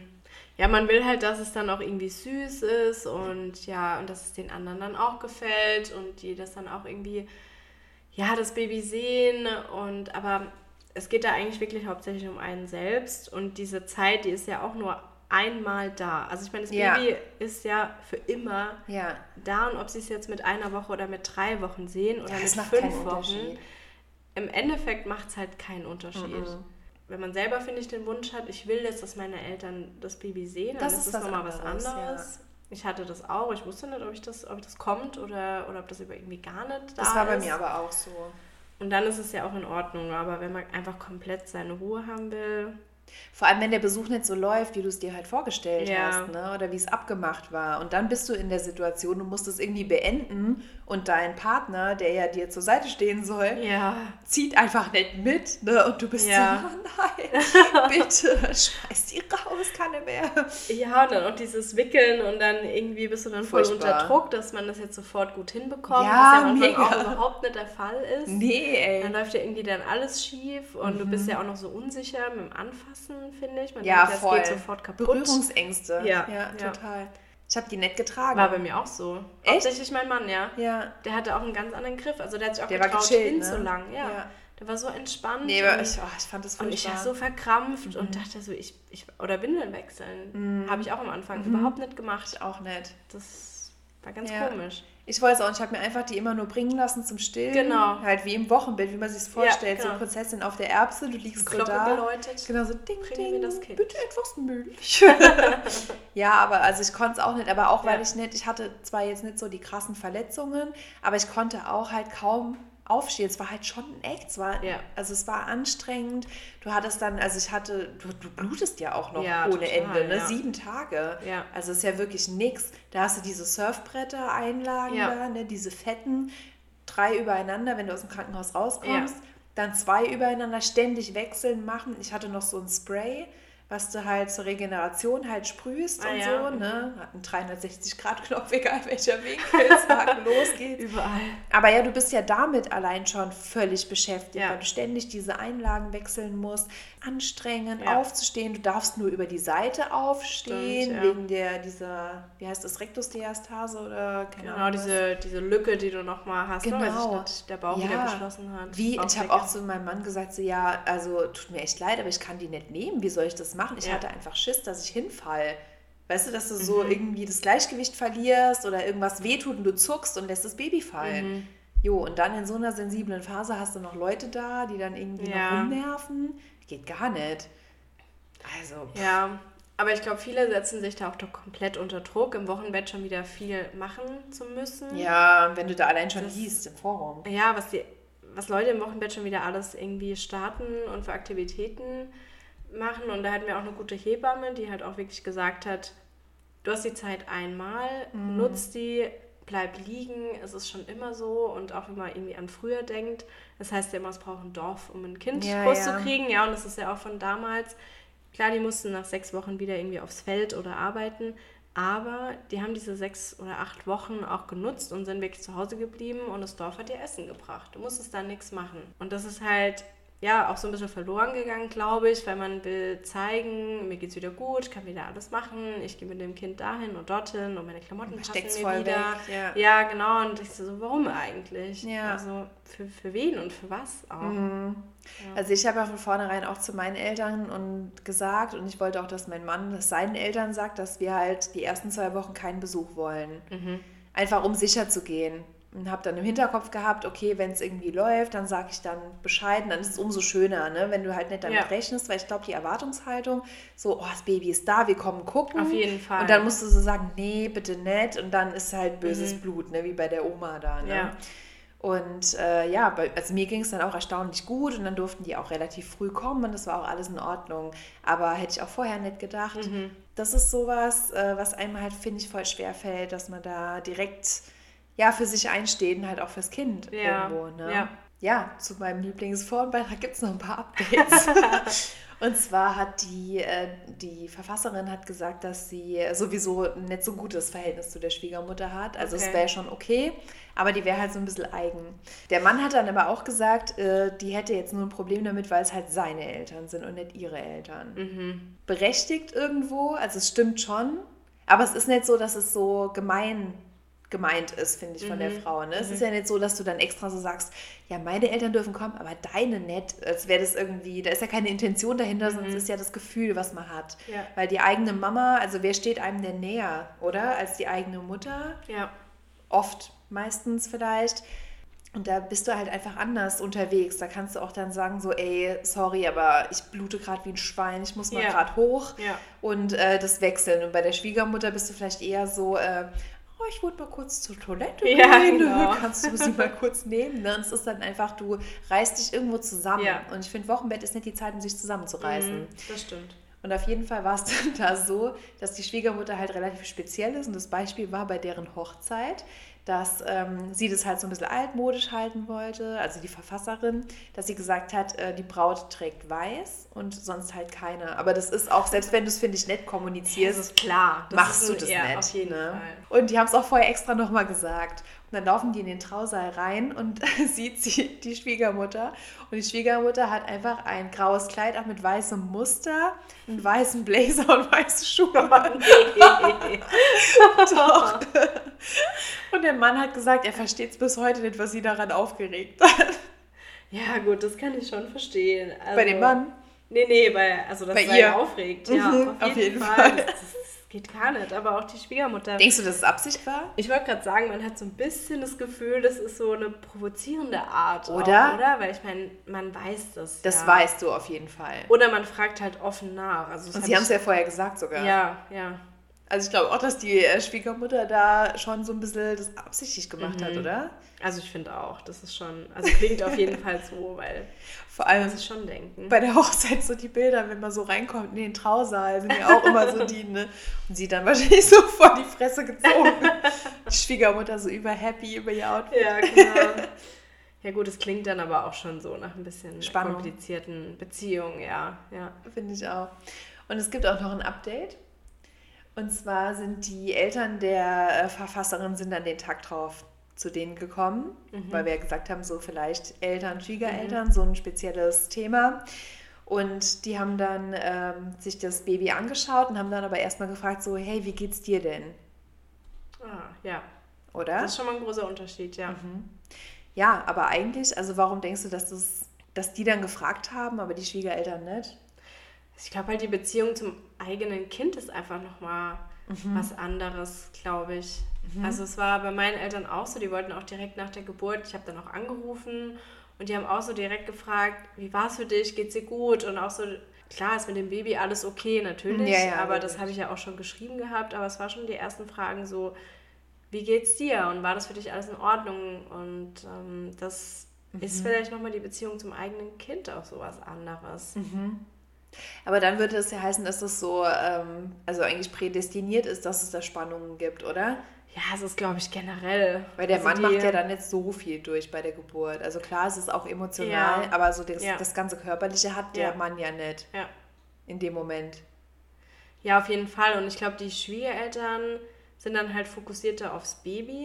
Ja, man will halt, dass es dann auch irgendwie süß ist und und dass es den anderen dann auch gefällt und die das dann auch irgendwie, das Baby sehen aber es geht da eigentlich wirklich hauptsächlich um einen selbst und diese Zeit, die ist ja auch nur einmal da. Also ich meine, das Baby ist ja für immer da und ob sie es jetzt mit 1 Woche oder mit 3 Wochen sehen oder mit 5 Wochen, im Endeffekt macht es halt keinen Unterschied. Wenn man selber, finde ich, den Wunsch hat, ich will jetzt, dass meine Eltern das Baby sehen, dann ist das nochmal was anderes. Ja. Ich hatte das auch, ich wusste nicht, ob das kommt oder ob das irgendwie gar nicht da ist. Das war bei mir aber auch so. Und dann ist es ja auch in Ordnung, aber wenn man einfach komplett seine Ruhe haben will... Vor allem, wenn der Besuch nicht so läuft, wie du es dir halt vorgestellt hast, ne? Oder wie es abgemacht war. Und dann bist du in der Situation, du musst es irgendwie beenden und dein Partner, der ja dir zur Seite stehen soll, zieht einfach nicht mit. Ne? Und du bist so, nein, bitte, schmeiß die raus, kann nicht mehr. Ja, und dann auch dieses Wickeln und dann irgendwie bist du dann voll unter Druck, dass man das jetzt sofort gut hinbekommt, was ja am Anfang auch überhaupt nicht der Fall ist. Nee, ey. Dann läuft ja irgendwie dann alles schief und du bist ja auch noch so unsicher mit dem Anfassen, finde ich. Man denkt, das geht sofort kaputt. Berührungsängste. Ja, total. Ich habe die nicht getragen. War bei mir auch so. Echt? Hauptsächlich mein Mann, ja. Der hatte auch einen ganz anderen Griff. Also der hat sich auch getraut, hinzulangen. Ja. Der war so entspannt. Nee, aber ich fand das furchtbar. Und ich war so verkrampft und dachte so, oder Windeln wechseln. Habe ich auch am Anfang überhaupt nicht gemacht. Auch nicht. Das war ganz komisch. Ich weiß auch, ich habe mir einfach die immer nur bringen lassen zum Stillen. Genau. Halt wie im Wochenbett, wie man sich es vorstellt. Ja, genau. So Prinzessin auf der Erbse, du liegst so da. Geläutet. Genau, so ding, ding, mir das Kind. Bitte etwas Milch. Ja, aber also ich konnte es auch nicht, aber auch weil ich hatte zwar jetzt nicht so die krassen Verletzungen, aber ich konnte auch halt kaum Aufstehen. Es war halt schon ein Act. Also es war anstrengend. Du hattest dann, du blutest ja auch noch ohne total, Ende, ne? 7 Tage. Ja. Also es ist ja wirklich nix. Da hast du diese Surfbretter-Einlagen da, ne? Diese fetten, 3 übereinander, wenn du aus dem Krankenhaus rauskommst. Ja. Dann 2 übereinander, ständig wechseln, machen. Ich hatte noch so ein Spray, was du halt zur Regeneration halt sprühst und so, ne? Hat einen 360-Grad-Knopf, egal welcher Winkel, sagen, los geht's. Überall. Aber ja, du bist ja damit allein schon völlig beschäftigt, weil du ständig diese Einlagen wechseln musst, anstrengend, aufzustehen. Du darfst nur über die Seite aufstehen, wegen dieser, wie heißt das, Rektusdiastase oder keine Ahnung. Genau, diese Lücke, die du nochmal hast, weil sich der Bauch wieder geschlossen hat. Ich habe auch zu meinem Mann gesagt, so, ja, also tut mir echt leid, aber ich kann die nicht nehmen, wie soll ich das machen? Ich hatte einfach Schiss, dass ich hinfalle. Weißt du, dass du so irgendwie das Gleichgewicht verlierst oder irgendwas wehtut und du zuckst und lässt das Baby fallen. Jo, und dann in so einer sensiblen Phase hast du noch Leute da, die dann irgendwie noch rumnerven. Geht gar nicht. Also. Ja, aber ich glaube, viele setzen sich da auch doch komplett unter Druck, im Wochenbett schon wieder viel machen zu müssen. Ja, wenn du da allein schon liest im Forum. Ja, was Leute im Wochenbett schon wieder alles irgendwie starten und für Aktivitäten machen. Und da hatten wir auch eine gute Hebamme, die halt auch wirklich gesagt hat, du hast die Zeit einmal, nutzt die, bleib liegen, es ist schon immer so. Und auch wenn man irgendwie an früher denkt, das heißt ja immer, es braucht ein Dorf, um ein Kind groß zu kriegen. Ja, und das ist ja auch von damals. Klar, die mussten nach 6 Wochen wieder irgendwie aufs Feld oder arbeiten, aber die haben diese 6 oder 8 Wochen auch genutzt und sind wirklich zu Hause geblieben und das Dorf hat dir Essen gebracht. Du musstest da nichts machen. Und das ist halt auch so ein bisschen verloren gegangen, glaube ich, weil man will zeigen, mir geht's wieder gut, kann wieder alles machen, ich gehe mit dem Kind dahin und dorthin und meine Klamotten passen mir wieder. Weg, ja, genau, und ich so, warum eigentlich? Ja. Also für wen und für was auch? Ja. Also ich habe ja von vornherein auch zu meinen Eltern gesagt und ich wollte auch, dass mein Mann das seinen Eltern sagt, dass wir halt die ersten 2 Wochen keinen Besuch wollen. Einfach um sicher zu gehen. Und habe dann im Hinterkopf gehabt, okay, wenn es irgendwie läuft, dann sage ich dann Bescheid. Und dann ist es umso schöner, ne, wenn du halt nicht damit rechnest, weil ich glaube, die Erwartungshaltung, so, oh, das Baby ist da, wir kommen gucken. Auf jeden Fall. Und dann musst du so sagen, nee, bitte nicht. Und dann ist halt böses Blut, ne, wie bei der Oma da. Ne? Ja. Und also mir ging es dann auch erstaunlich gut und dann durften die auch relativ früh kommen und das war auch alles in Ordnung. Aber hätte ich auch vorher nicht gedacht. Das ist sowas, was einem halt, finde ich, voll schwer fällt, dass man da direkt für sich einstehen, halt auch fürs Kind irgendwo. Ne? Ja, zu meinem Lieblingsforenbeitrag gibt es noch ein paar Updates. Und zwar hat die Verfasserin hat gesagt, dass sie sowieso ein nicht so gutes Verhältnis zu der Schwiegermutter hat. Also es wäre schon okay, aber die wäre halt so ein bisschen eigen. Der Mann hat dann aber auch gesagt, die hätte jetzt nur ein Problem damit, weil es halt seine Eltern sind und nicht ihre Eltern. Berechtigt irgendwo, also es stimmt schon, aber es ist nicht so, dass es so gemeint ist, finde ich, von der Frau. Ne? Es ist ja nicht so, dass du dann extra so sagst, ja, meine Eltern dürfen kommen, aber deine nicht. Als wäre das irgendwie, da ist ja keine Intention dahinter, sondern es ist ja das Gefühl, was man hat. Ja. Weil die eigene Mama, also wer steht einem denn näher, oder? Als die eigene Mutter? Ja. Oft, meistens vielleicht. Und da bist du halt einfach anders unterwegs. Da kannst du auch dann sagen so, ey, sorry, aber ich blute gerade wie ein Schwein, ich muss mal gerade hoch und das wechseln. Und bei der Schwiegermutter bist du vielleicht eher so, ich wollte mal kurz zur Toilette gehen, genau. Kannst du sie mal kurz nehmen? Ne? Und es ist dann einfach, du reißt dich irgendwo zusammen. Ja. Und ich finde, Wochenbett ist nicht die Zeit, um sich zusammenzureißen. Das stimmt. Und auf jeden Fall war es dann da so, dass die Schwiegermutter halt relativ speziell ist. Und das Beispiel war bei deren Hochzeit, dass sie das halt so ein bisschen altmodisch halten wollte, also die Verfasserin, dass sie gesagt hat, die Braut trägt weiß und sonst halt keine. Aber das ist auch, selbst wenn du es, finde ich, nett kommunizierst, das ist klar. Machst du das nicht. Auf jeden Fall. Und die haben es auch vorher extra nochmal gesagt. Und dann laufen die in den Trausaal rein und sieht sie die Schwiegermutter. Und die Schwiegermutter hat einfach ein graues Kleid auch mit weißem Muster, einen weißen Blazer und weiße Schuhe. Doch. Und der Mann hat gesagt, er versteht es bis heute nicht, was sie daran aufgeregt hat. Ja gut, das kann ich schon verstehen. Also, bei dem Mann? Nee, dass bei sei ihr aufregt. Ja, auf jeden Fall. Das geht gar nicht, aber auch die Schwiegermutter. Denkst du, dass es Absicht war? Ich wollte gerade sagen, man hat so ein bisschen das Gefühl, das ist so eine provozierende Art. Oder? Auch, oder? Weil ich meine, man weiß das. Das weißt du auf jeden Fall. Oder man fragt halt offen nach. Also und sie haben es ja vorher gesagt sogar. Ja. Also ich glaube auch, dass die Schwiegermutter da schon so ein bisschen das absichtlich gemacht hat, oder? Also ich finde auch, das ist schon, also klingt auf jeden Fall so, weil vor allem muss ich schon denken. Bei der Hochzeit so die Bilder, wenn man so reinkommt in den Trausaal, sind ja auch immer so die, ne? Und sie dann wahrscheinlich so vor die Fresse gezogen. Die Schwiegermutter so überhappy über ihr Outfit. Ja, genau. Ja gut, es klingt dann aber auch schon so nach ein bisschen Spannung. Komplizierten Beziehungen, ja. Finde ich auch. Und es gibt auch noch ein Update. Und zwar sind die Eltern der Verfasserin sind dann den Tag drauf zu denen gekommen, weil wir ja gesagt haben, so vielleicht Eltern, Schwiegereltern, so ein spezielles Thema. Und die haben dann sich das Baby angeschaut und haben dann aber erstmal gefragt, so, hey, wie geht's dir denn? Ah, ja. Oder? Das ist schon mal ein großer Unterschied, ja. Ja, aber eigentlich, also warum denkst du, dass die dann gefragt haben, aber die Schwiegereltern nicht? Ich glaube halt, die Beziehung zum eigenen Kind ist einfach nochmal was anderes, glaube ich. Also es war bei meinen Eltern auch so, die wollten auch direkt nach der Geburt, ich habe dann auch angerufen und die haben auch so direkt gefragt, wie war es für dich, geht's dir gut? Und auch so, klar ist mit dem Baby alles okay, natürlich, aber das habe ich ja auch schon geschrieben gehabt, aber es war schon die ersten Fragen so, wie geht's dir und war das für dich alles in Ordnung? Und das ist vielleicht nochmal die Beziehung zum eigenen Kind auch so was anderes. Aber dann würde es ja heißen, dass das so, also eigentlich prädestiniert ist, dass es da Spannungen gibt, oder? Ja, es ist, glaube ich, generell. Weil der Mann macht ja dann nicht so viel durch bei der Geburt. Also klar, es ist auch emotional, aber so das ganze Körperliche hat der Mann ja nicht in dem Moment. Ja, auf jeden Fall. Und ich glaube, die Schwiegereltern sind dann halt fokussierter aufs Baby.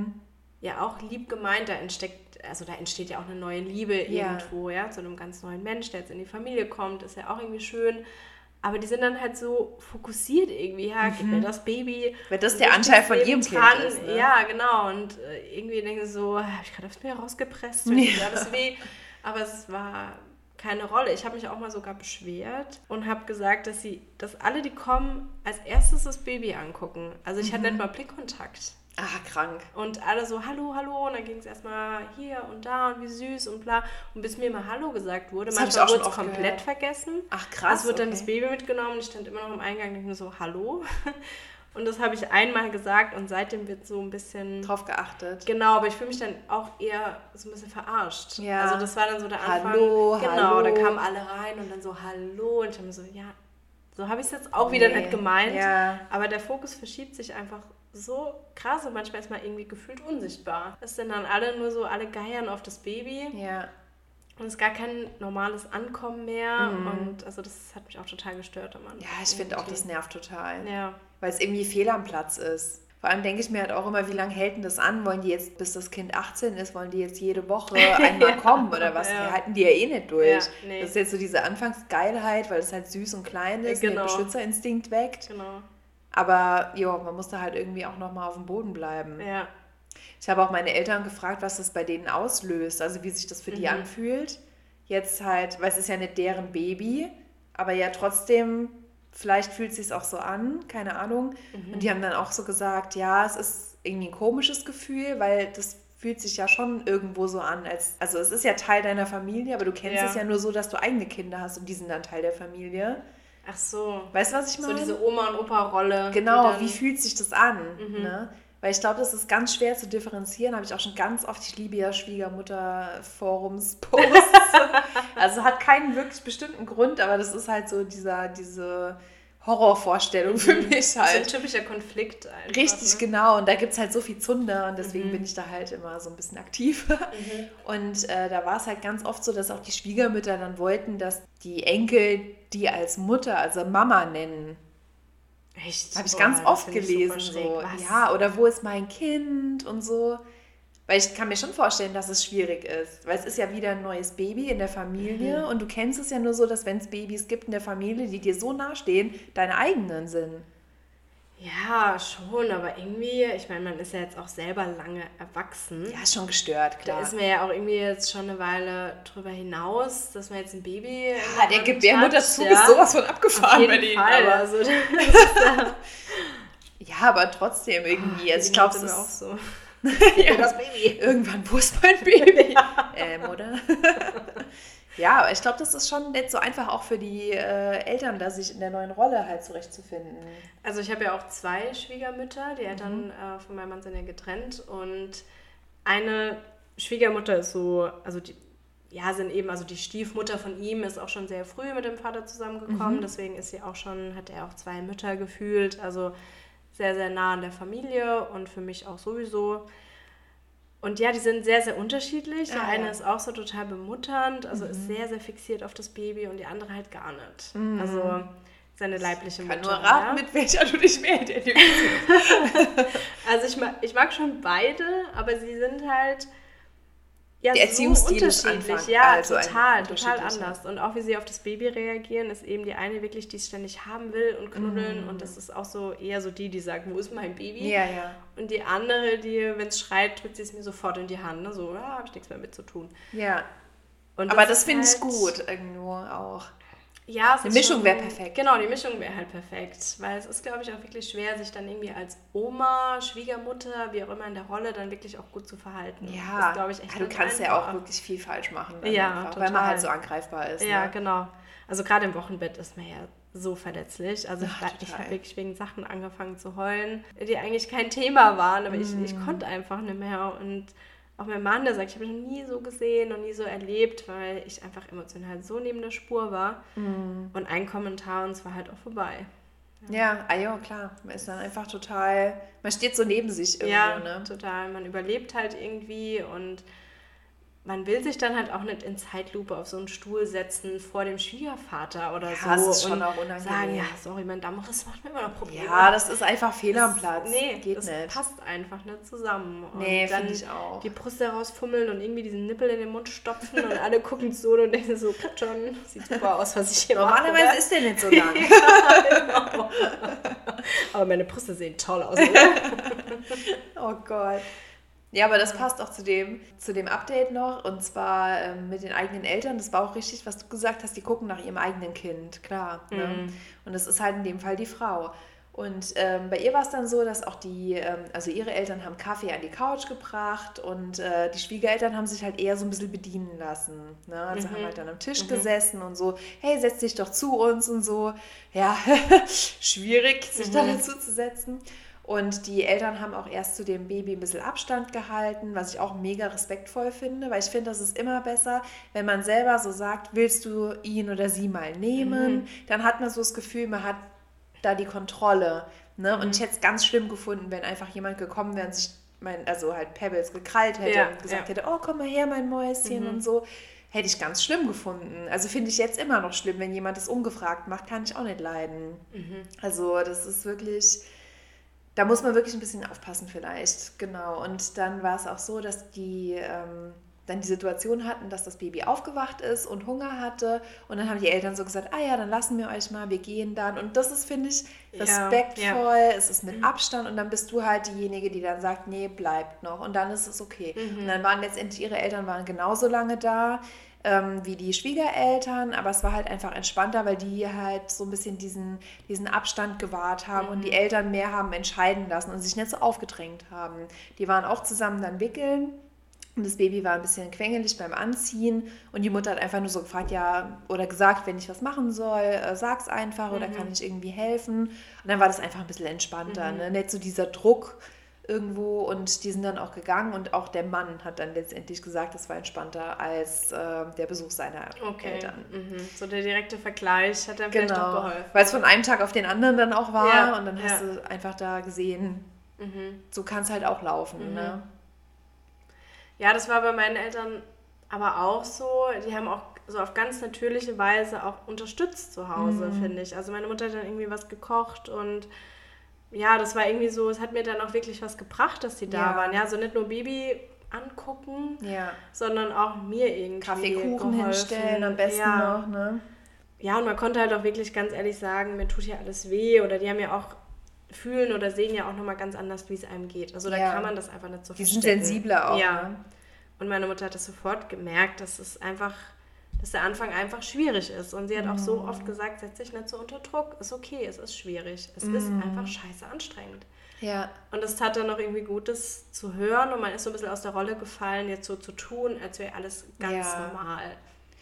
Ja, auch lieb gemeint, da entsteht ja auch eine neue Liebe irgendwo, zu einem ganz neuen Mensch, der jetzt in die Familie kommt, ist ja auch irgendwie schön. Aber die sind dann halt so fokussiert irgendwie, gib mir das Baby. Weil das der Anteil von ihrem Kind ist, ne? Ja, genau. Und irgendwie denke ich so, habe ich gerade aufs Meer rausgepresst, tut alles weh. Aber es war keine Rolle. Ich habe mich auch mal sogar beschwert und habe gesagt, dass alle, die kommen, als erstes das Baby angucken. Also ich hatte nicht mal Blickkontakt. Ah, krank. Und alle so, hallo, hallo. Und dann ging es erstmal hier und da und wie süß und bla. Und bis mir mal Hallo gesagt wurde, manchmal wurde es komplett vergessen. Ach, krass. Es wurde dann das Baby mitgenommen und ich stand immer noch im Eingang und denke mir so, hallo. Und das habe ich einmal gesagt und seitdem wird so ein bisschen... drauf geachtet. Genau, aber ich fühle mich dann auch eher so ein bisschen verarscht. Ja. Also das war dann so der Anfang. Hallo, genau, hallo. Da kamen alle rein und dann so, hallo. Und ich habe mir so, ja, so habe ich es jetzt auch wieder nicht gemeint. Ja. Aber der Fokus verschiebt sich einfach so krass und manchmal ist man irgendwie gefühlt unsichtbar. Es sind dann alle nur so, alle geiern auf das Baby. Ja. Und es ist gar kein normales Ankommen mehr. Und also das hat mich auch total gestört am Anfang. Ja, ich finde auch, das nervt total. Ja. Weil es irgendwie fehl am Platz ist. Vor allem denke ich mir halt auch immer, wie lange hält denn das an? Wollen die jetzt, bis das Kind 18 ist, wollen die jetzt jede Woche einmal kommen oder was? Die halten die ja eh nicht durch. Ja, nee. Das ist jetzt so diese Anfangsgeilheit, weil es halt süß und klein ist, den Beschützerinstinkt weckt. Genau. Aber man muss da halt irgendwie auch nochmal auf dem Boden bleiben. Ja. Ich habe auch meine Eltern gefragt, was das bei denen auslöst, also wie sich das für die anfühlt. Jetzt halt, weil es ist ja nicht deren Baby, aber ja trotzdem, vielleicht fühlt es sich auch so an, keine Ahnung. Und die haben dann auch so gesagt, ja, es ist irgendwie ein komisches Gefühl, weil das fühlt sich ja schon irgendwo so an, also es ist ja Teil deiner Familie, aber du kennst es ja nur so, dass du eigene Kinder hast und die sind dann Teil der Familie. Ach so. Weißt du, was ich meine? So diese Oma- und Opa-Rolle. Genau, wie fühlt sich das an? Ne? Weil ich glaube, das ist ganz schwer zu differenzieren, habe ich auch schon ganz oft, ich liebe ja Schwiegermutter-Forums-Posts. Also hat keinen wirklich bestimmten Grund, aber das ist halt so diese Horrorvorstellung für mich halt. So ein typischer Konflikt einfach. Richtig, genau. Und da gibt es halt so viel Zunder und deswegen bin ich da halt immer so ein bisschen aktiv. Und da war es halt ganz oft so, dass auch die Schwiegermütter dann wollten, dass die Enkel die als Mutter, also Mama nennen. Echt? Habe ich ganz oft gelesen. So. Ja, oder wo ist mein Kind und so. Weil ich kann mir schon vorstellen, dass es schwierig ist. Weil es ist ja wieder ein neues Baby in der Familie und du kennst es ja nur so, dass wenn es Babys gibt in der Familie, die dir so nahestehen, deine eigenen sind. Ja, schon, aber irgendwie, ich meine, man ist ja jetzt auch selber lange erwachsen. Ja, ist schon gestört, klar. Da ist mir ja auch irgendwie jetzt schon eine Weile drüber hinaus, dass man jetzt ein Baby... Ja, der Gebärmutterzug ist sowas von abgefahren bei denen. Fall. Aber Also, das ist ja, aber trotzdem irgendwie. Also ich glaube, es ist auch so. Ja, das Baby. Irgendwann, wo ist mein Baby? Oder? Ja, aber ich glaube, das ist schon nicht so einfach auch für die Eltern, da sich in der neuen Rolle halt zurechtzufinden. Also ich habe ja auch 2 Schwiegermütter, die Eltern von meinem Mann sind ja getrennt und eine Schwiegermutter ist so, also die, ja, sind eben, also die Stiefmutter von ihm ist auch schon sehr früh mit dem Vater zusammengekommen, deswegen ist sie auch schon, hat er auch 2 Mütter gefühlt, also sehr, sehr nah an der Familie und für mich auch sowieso. Und ja, die sind sehr, sehr unterschiedlich. Die eine ist auch so total bemutternd, also ist sehr, sehr fixiert auf das Baby und die andere halt gar nicht. Also seine leibliche Mutter. Ich kann nur raten, mit welcher du dich mehr identifizierst. Also ich mag schon beide, aber sie sind halt ja, der Erziehungsstil so ist unterschiedlich. Anfang, Ja, also total anders. Und auch wie sie auf das Baby reagieren, ist eben die eine wirklich, die es ständig haben will und knuddeln. Und das ist auch so eher so die sagt, wo ist mein Baby? Ja, ja. Und die andere, die, wenn es schreit, drückt sie es mir sofort in die Hand. Ne? So, ja, habe ich nichts mehr mit zu tun. Ja. Und aber das ist finde ich halt, gut irgendwo auch. Ja, eine Mischung wäre perfekt. Genau, die Mischung wäre halt perfekt. Weil es ist, glaube ich, auch wirklich schwer, sich dann irgendwie als Oma, Schwiegermutter, wie auch immer in der Rolle, dann wirklich auch gut zu verhalten. Ja, das, ich, echt du kannst ja auch wirklich viel falsch machen. Ja, einfach, total. Weil man halt so angreifbar ist. Ja, ne? genau. Also gerade im Wochenbett ist man ja so verletzlich. Also ich habe wirklich wegen Sachen angefangen zu heulen, die eigentlich kein Thema waren, aber ich konnte einfach nicht mehr. Und auch mein Mann, der sagt, ich habe mich noch nie so gesehen und nie so erlebt, weil ich einfach emotional so neben der Spur war. Und ein Kommentar und es war halt auch vorbei. Ja, klar. Man ist dann einfach total, man steht so neben sich irgendwo, ja, ne? Total. Man überlebt halt irgendwie und man will sich dann halt auch nicht in Zeitlupe auf so einen Stuhl setzen vor dem Schwiegervater oder so. Das ist schon auch und unangenehm. sagen, ja, sorry, mein Dammriss macht mir immer noch Probleme. Ja, das ist einfach fehl am Platz. Nee, geht das nicht. passt einfach nicht zusammen. Und Nee, dann finde ich auch. die Brust herausfummeln und irgendwie diesen Nippel in den Mund stopfen und alle gucken so und denken so, schon, sieht super aus, was ich hier mache. Normalerweise ist der nicht so lang. Ja, genau. Aber meine Brüste sehen toll aus, oder? Oh Gott. Ja, aber das passt auch zu dem Update noch, und zwar mit den eigenen Eltern. Das war auch richtig, was du gesagt hast, die gucken nach ihrem eigenen Kind, klar. Ne? Und das ist halt in dem Fall die Frau. Und bei ihr war es dann so, dass auch also ihre Eltern haben Kaffee an die Couch gebracht und die Schwiegereltern haben sich halt eher so ein bisschen bedienen lassen. Ne? Also haben halt dann am Tisch gesessen und so, hey, setz dich doch zu uns und so. Ja, schwierig, sich da dazu zu setzen. Und die Eltern haben auch erst zu dem Baby ein bisschen Abstand gehalten, was ich auch mega respektvoll finde, weil ich finde, das ist immer besser, wenn man selber so sagt, willst du ihn oder sie mal nehmen, dann hat man so das Gefühl, man hat da die Kontrolle. Ne? Und ich hätte es ganz schlimm gefunden, wenn einfach jemand gekommen wäre und sich also halt Pebbles gekrallt hätte und gesagt hätte, oh, komm mal her, mein Mäuschen und so. Hätte ich ganz schlimm gefunden. Also finde ich jetzt immer noch schlimm, wenn jemand das ungefragt macht, kann ich auch nicht leiden. Also das ist wirklich... Da muss man wirklich ein bisschen aufpassen vielleicht, genau. Und dann war es auch so, dass die dann die Situation hatten, dass das Baby aufgewacht ist und Hunger hatte. Und dann haben die Eltern so gesagt, ja, dann lassen wir euch mal, wir gehen dann. Und das ist, finde ich, respektvoll, es ist mit Abstand. Und dann bist du halt diejenige, die dann sagt, nee, bleibt noch. Und dann ist es okay. Und dann waren letztendlich, ihre Eltern waren genauso lange da wie die Schwiegereltern, aber es war halt einfach entspannter, weil die halt so ein bisschen diesen Abstand gewahrt haben und die Eltern mehr haben entscheiden lassen und sich nicht so aufgedrängt haben. Die waren auch zusammen dann wickeln und das Baby war ein bisschen quengelig beim Anziehen und die Mutter hat einfach nur so gefragt, oder gesagt, wenn ich was machen soll, sag's einfach oder kann ich irgendwie helfen. Und dann war das einfach ein bisschen entspannter, ne? Nicht so dieser Druck irgendwo, und die sind dann auch gegangen und auch der Mann hat dann letztendlich gesagt, das war entspannter als der Besuch seiner Eltern. So der direkte Vergleich hat dann vielleicht auch geholfen. Weil es von einem Tag auf den anderen dann auch war und dann hast du einfach da gesehen, so kann es halt auch laufen. Ne? Ja, das war bei meinen Eltern aber auch so, die haben auch so auf ganz natürliche Weise auch unterstützt zu Hause, finde ich. Also meine Mutter hat dann irgendwie was gekocht und ja, das war irgendwie so, es hat mir dann auch wirklich was gebracht, dass die da waren. Ja, so nicht nur Baby angucken, sondern auch mir irgendwie Kaffeekuchen geholfen. Hinstellen am besten noch, ne? Ja, und man konnte halt auch wirklich ganz ehrlich sagen, mir tut hier alles weh, oder die haben ja auch fühlen oder sehen ja auch nochmal ganz anders, wie es einem geht. Also da kann man das einfach nicht so verstecken. Die sind sensibler auch, ne? Und meine Mutter hat das sofort gemerkt, dass der Anfang einfach schwierig ist. Und sie hat auch so oft gesagt, setz dich nicht so unter Druck. Ist okay, es ist schwierig. Es ist einfach scheiße anstrengend. Ja. Und es tat dann noch irgendwie gut, das zu hören. Und man ist so ein bisschen aus der Rolle gefallen, jetzt so zu tun, als wäre alles ganz normal.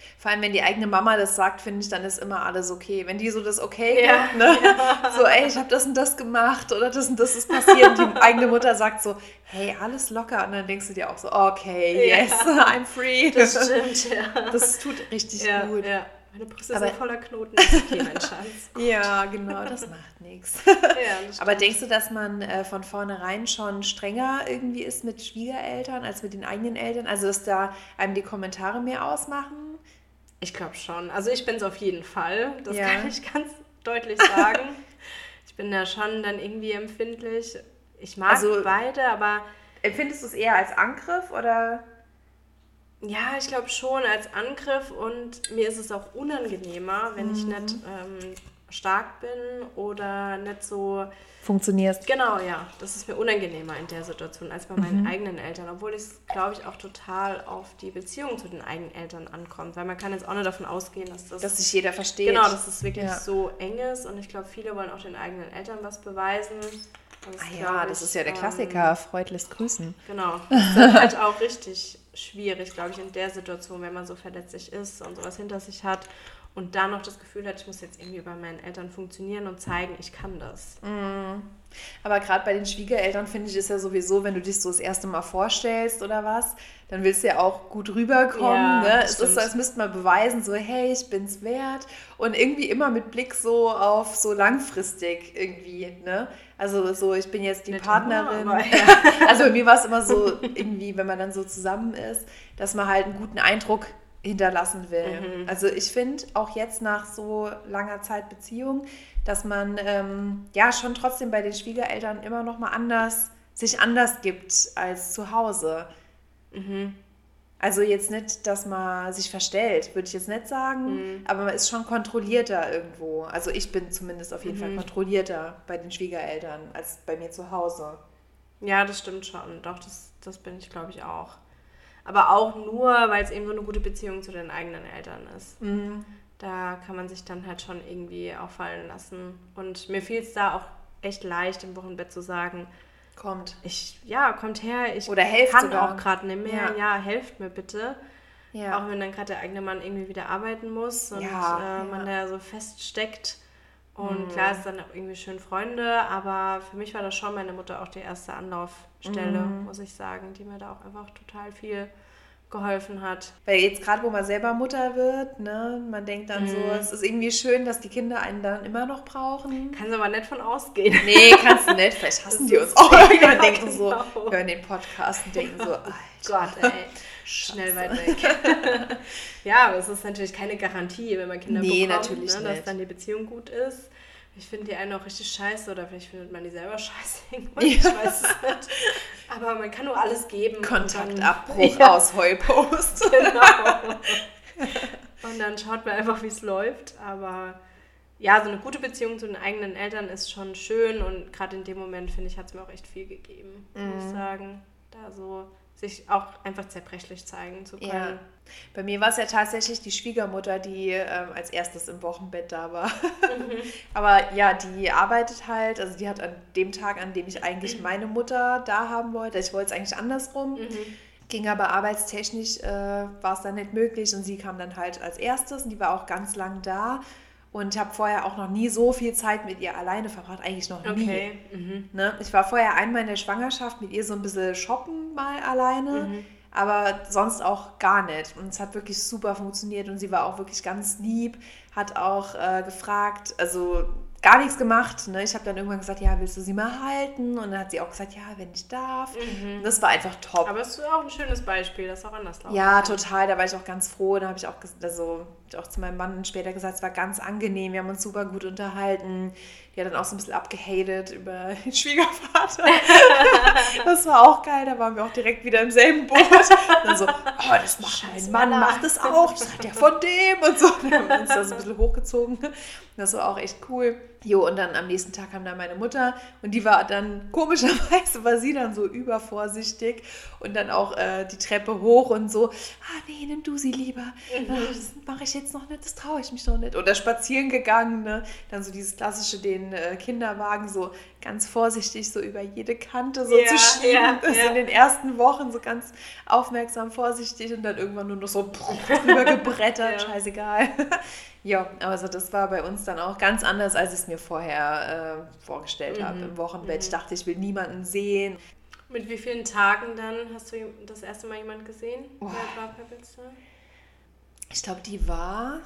Vor allem, wenn die eigene Mama das sagt, finde ich, dann ist immer alles okay. Wenn die so das okay gibt, ne? So, ey, ich habe das und das gemacht oder das und das ist passiert. Und die eigene Mutter sagt so, hey, alles locker. Und dann denkst du dir auch so, okay, yes, I'm free. Das stimmt, ja. Das tut richtig gut. Ja. Meine Brüste sind voller Knoten. Ist okay, mein Schatz. Ja, genau, das macht nichts. Aber denkst du, dass man von vornherein schon strenger irgendwie ist mit Schwiegereltern als mit den eigenen Eltern? Also, dass da einem die Kommentare mehr ausmachen? Ich glaube schon. Also ich bin es auf jeden Fall. Das kann ich ganz deutlich sagen. Ich bin da schon dann irgendwie empfindlich. Ich mag beide, aber... Empfindest du es eher als Angriff oder... Ja, ich glaube schon als Angriff und mir ist es auch unangenehmer, wenn ich nicht stark bin oder nicht so... Funktionierst. Genau, ja. Das ist mir unangenehmer in der Situation als bei meinen eigenen Eltern, obwohl es, glaube ich, auch total auf die Beziehung zu den eigenen Eltern ankommt, weil man kann jetzt auch nicht davon ausgehen, dass sich jeder versteht. Genau, dass es wirklich so eng ist und ich glaube, viele wollen auch den eigenen Eltern was beweisen. Das ist ja der Klassiker, Freud lässt grüßen. Genau, das ist dann halt auch richtig schwierig, glaube ich, in der Situation, wenn man so verletzlich ist und sowas hinter sich hat und dann noch das Gefühl hat, ich muss jetzt irgendwie bei meinen Eltern funktionieren und zeigen, ich kann das. Aber gerade bei den Schwiegereltern finde ich es ja sowieso, wenn du dich so das erste Mal vorstellst oder was, dann willst du ja auch gut rüberkommen. Ne? Es ist so, als müsste man beweisen, so hey, ich bin's wert und irgendwie immer mit Blick so auf so langfristig irgendwie, ne? Also so, ich bin jetzt die nicht Partnerin. Immer, Also bei mir war es immer so irgendwie, wenn man dann so zusammen ist, dass man halt einen guten Eindruck hinterlassen will. Also ich finde auch jetzt nach so langer Zeit Beziehung, dass man schon trotzdem bei den Schwiegereltern immer noch mal sich anders gibt als zu Hause. Also jetzt nicht, dass man sich verstellt, würde ich jetzt nicht sagen, aber man ist schon kontrollierter irgendwo. Also ich bin zumindest auf jeden Fall kontrollierter bei den Schwiegereltern als bei mir zu Hause. Ja, das stimmt schon. Doch, das bin ich, glaube ich, auch. Aber auch nur, weil es eben so eine gute Beziehung zu den eigenen Eltern ist. Da kann man sich dann halt schon irgendwie auffallen lassen. Und mir fiel es da auch echt leicht, im Wochenbett zu sagen, kommt her, ich oder helft kann sogar. Auch gerade nicht mehr, helft mir bitte. Ja. Auch wenn dann gerade der eigene Mann irgendwie wieder arbeiten muss und man da so feststeckt. Und klar ist dann auch irgendwie schön Freunde, aber für mich war das schon meine Mutter auch die erste Anlaufstelle, muss ich sagen, die mir da auch einfach total viel geholfen hat. Weil jetzt gerade, wo man selber Mutter wird, ne, man denkt dann so, es ist irgendwie schön, dass die Kinder einen dann immer noch brauchen. Kannst aber nicht von ausgehen. Nee, kannst du nicht. Vielleicht hassen die uns auch. Irgendwann denken so, hören den Podcast und denken so, Alter. Gott, ey. Schnell weit weg. Ja, aber es ist natürlich keine Garantie, wenn man Kinder bekommt, natürlich ne, dass dann die Beziehung gut ist. Ich finde die einen auch richtig scheiße oder vielleicht findet man die selber scheiße irgendwann, ich weiß es nicht. Aber man kann nur alles geben. Kontaktabbruch aus Heupost. Genau. Und dann schaut man einfach, wie es läuft. Aber ja, so eine gute Beziehung zu den eigenen Eltern ist schon schön und gerade in dem Moment, finde ich, hat es mir auch echt viel gegeben, muss ich sagen. Da so sich auch einfach zerbrechlich zeigen zu können. Ja. Bei mir war es ja tatsächlich die Schwiegermutter, die als erstes im Wochenbett da war. Aber ja, die arbeitet halt, also die hat an dem Tag, an dem ich eigentlich meine Mutter da haben wollte, ich wollte es eigentlich andersrum, ging aber arbeitstechnisch, war es dann nicht möglich und sie kam dann halt als erstes und die war auch ganz lang da. Und ich habe vorher auch noch nie so viel Zeit mit ihr alleine verbracht, eigentlich noch nie. Okay. Ne? Ich war vorher einmal in der Schwangerschaft mit ihr so ein bisschen shoppen mal alleine, aber sonst auch gar nicht. Und es hat wirklich super funktioniert und sie war auch wirklich ganz lieb, hat auch gefragt, also gar nichts gemacht. Ne? Ich habe dann irgendwann gesagt, ja, willst du sie mal halten? Und dann hat sie auch gesagt, ja, wenn ich darf. Und das war einfach top. Aber es ist auch ein schönes Beispiel, das auch anders laufen Ja, total. Da war ich auch ganz froh. Da habe ich auch zu meinem Mann später gesagt, es war ganz angenehm. Wir haben uns super gut unterhalten. Die hat dann auch so ein bisschen abgehatet über den Schwiegervater. Das war auch geil. Da waren wir auch direkt wieder im selben Boot. Und dann so, das macht mein Mann, macht das auch. Das hat der von dem und so. Dann haben wir uns da so ein bisschen hochgezogen. Das war auch echt cool. Jo, und dann am nächsten Tag kam dann meine Mutter und die war dann, komischerweise war sie dann so übervorsichtig und dann auch die Treppe hoch und so, nee, nimm du sie lieber. Das mache ich jetzt noch nicht, das traue ich mich noch nicht. Oder spazieren gegangen, ne? Dann so dieses klassische, den Kinderwagen so ganz vorsichtig so über jede Kante so zu schieben. Ja, Das in den ersten Wochen so ganz aufmerksam, vorsichtig und dann irgendwann nur noch so drüber gebrettert, scheißegal. Ja, also das war bei uns dann auch ganz anders, als ich es mir vorher vorgestellt habe. Im Wochenbett. Ich dachte, ich will niemanden sehen. Mit wie vielen Tagen dann hast du das erste Mal jemanden gesehen? Wer war Pebbles da? Ich glaube, die war,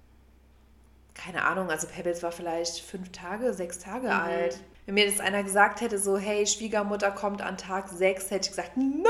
keine Ahnung, also Pebbles war vielleicht 5 Tage, 6 Tage alt. Wenn mir das einer gesagt hätte, so, hey, Schwiegermutter kommt an Tag 6, hätte ich gesagt, no,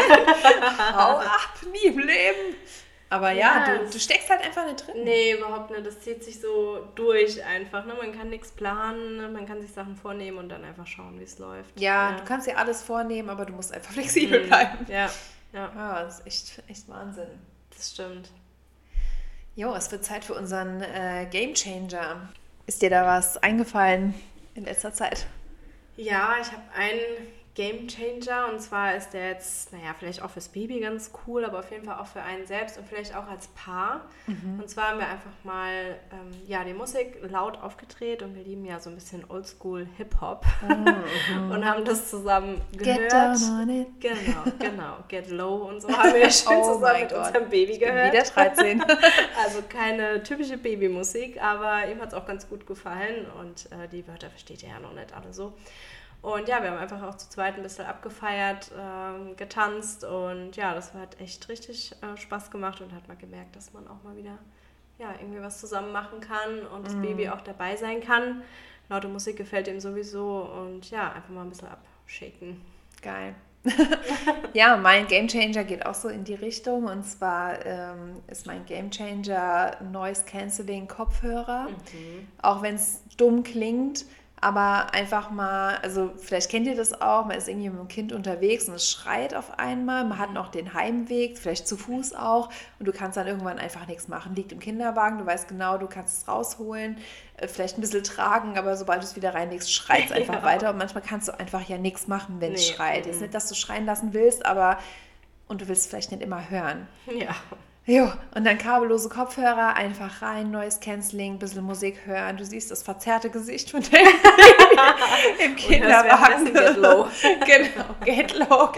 hau ab, nie im Leben. Aber du steckst halt einfach nicht drin. Nee, überhaupt nicht. Das zieht sich so durch einfach. Ne? Man kann nichts planen, ne? Man kann sich Sachen vornehmen und dann einfach schauen, wie es läuft. Ja, du kannst dir alles vornehmen, aber du musst einfach flexibel bleiben. Ja. Ja, das ist echt Wahnsinn. Das stimmt. Jo, es wird Zeit für unseren Game Changer. Ist dir da was eingefallen in letzter Zeit? Ja, ich habe einen Game Changer und zwar ist der jetzt, vielleicht auch fürs Baby ganz cool, aber auf jeden Fall auch für einen selbst und vielleicht auch als Paar. Und zwar haben wir einfach mal die Musik laut aufgedreht und wir lieben ja so ein bisschen Oldschool Hip-Hop und haben das zusammen gehört. Get down on it. Genau. Get Low und so haben wir schön zusammen mit unserem Baby gehört. Wieder 13. Also keine typische Babymusik, aber ihm hat es auch ganz gut gefallen und die Wörter versteht er ja noch nicht alle so. Und ja, wir haben einfach auch zu zweit ein bisschen abgefeiert, getanzt und ja, das hat echt richtig Spaß gemacht und hat man gemerkt, dass man auch mal wieder irgendwie was zusammen machen kann und das Baby auch dabei sein kann. Laute Musik gefällt ihm sowieso und ja, einfach mal ein bisschen abshaken. Geil. Ja, mein Gamechanger geht auch so in die Richtung und zwar ist mein Gamechanger Noise Cancelling Kopfhörer. Auch wenn es dumm klingt, aber einfach mal, also vielleicht kennt ihr das auch, man ist irgendwie mit dem Kind unterwegs und es schreit auf einmal, man hat noch den Heimweg, vielleicht zu Fuß auch und du kannst dann irgendwann einfach nichts machen. Liegt im Kinderwagen, du weißt genau, du kannst es rausholen, vielleicht ein bisschen tragen, aber sobald du es wieder reinlegst, schreit es einfach weiter und manchmal kannst du einfach ja nichts machen, wenn es schreit. Ist nicht, dass du schreien lassen willst, aber und du willst es vielleicht nicht immer hören. Ja. Jo, und dann kabellose Kopfhörer, einfach rein, Noise Cancelling, bisschen Musik hören. Du siehst das verzerrte Gesicht von dem im Kinderwagen. Get low. Genau, get low.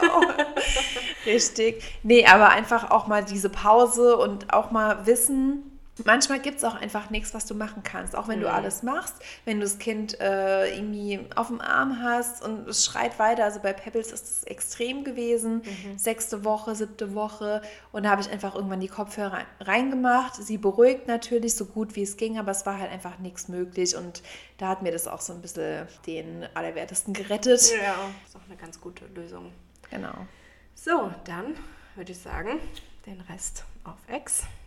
Richtig. Nee, aber einfach auch mal diese Pause und auch mal wissen, manchmal gibt es auch einfach nichts, was du machen kannst. Auch wenn du alles machst, wenn du das Kind irgendwie auf dem Arm hast und es schreit weiter. Also bei Pebbles ist es extrem gewesen. 6. Woche, 7. Woche. Und da habe ich einfach irgendwann die Kopfhörer reingemacht. Sie beruhigt natürlich so gut wie es ging, aber es war halt einfach nichts möglich. Und da hat mir das auch so ein bisschen den Allerwertesten gerettet. Ja, ist auch eine ganz gute Lösung. Genau. So, dann würde ich sagen, den Rest auf Ex.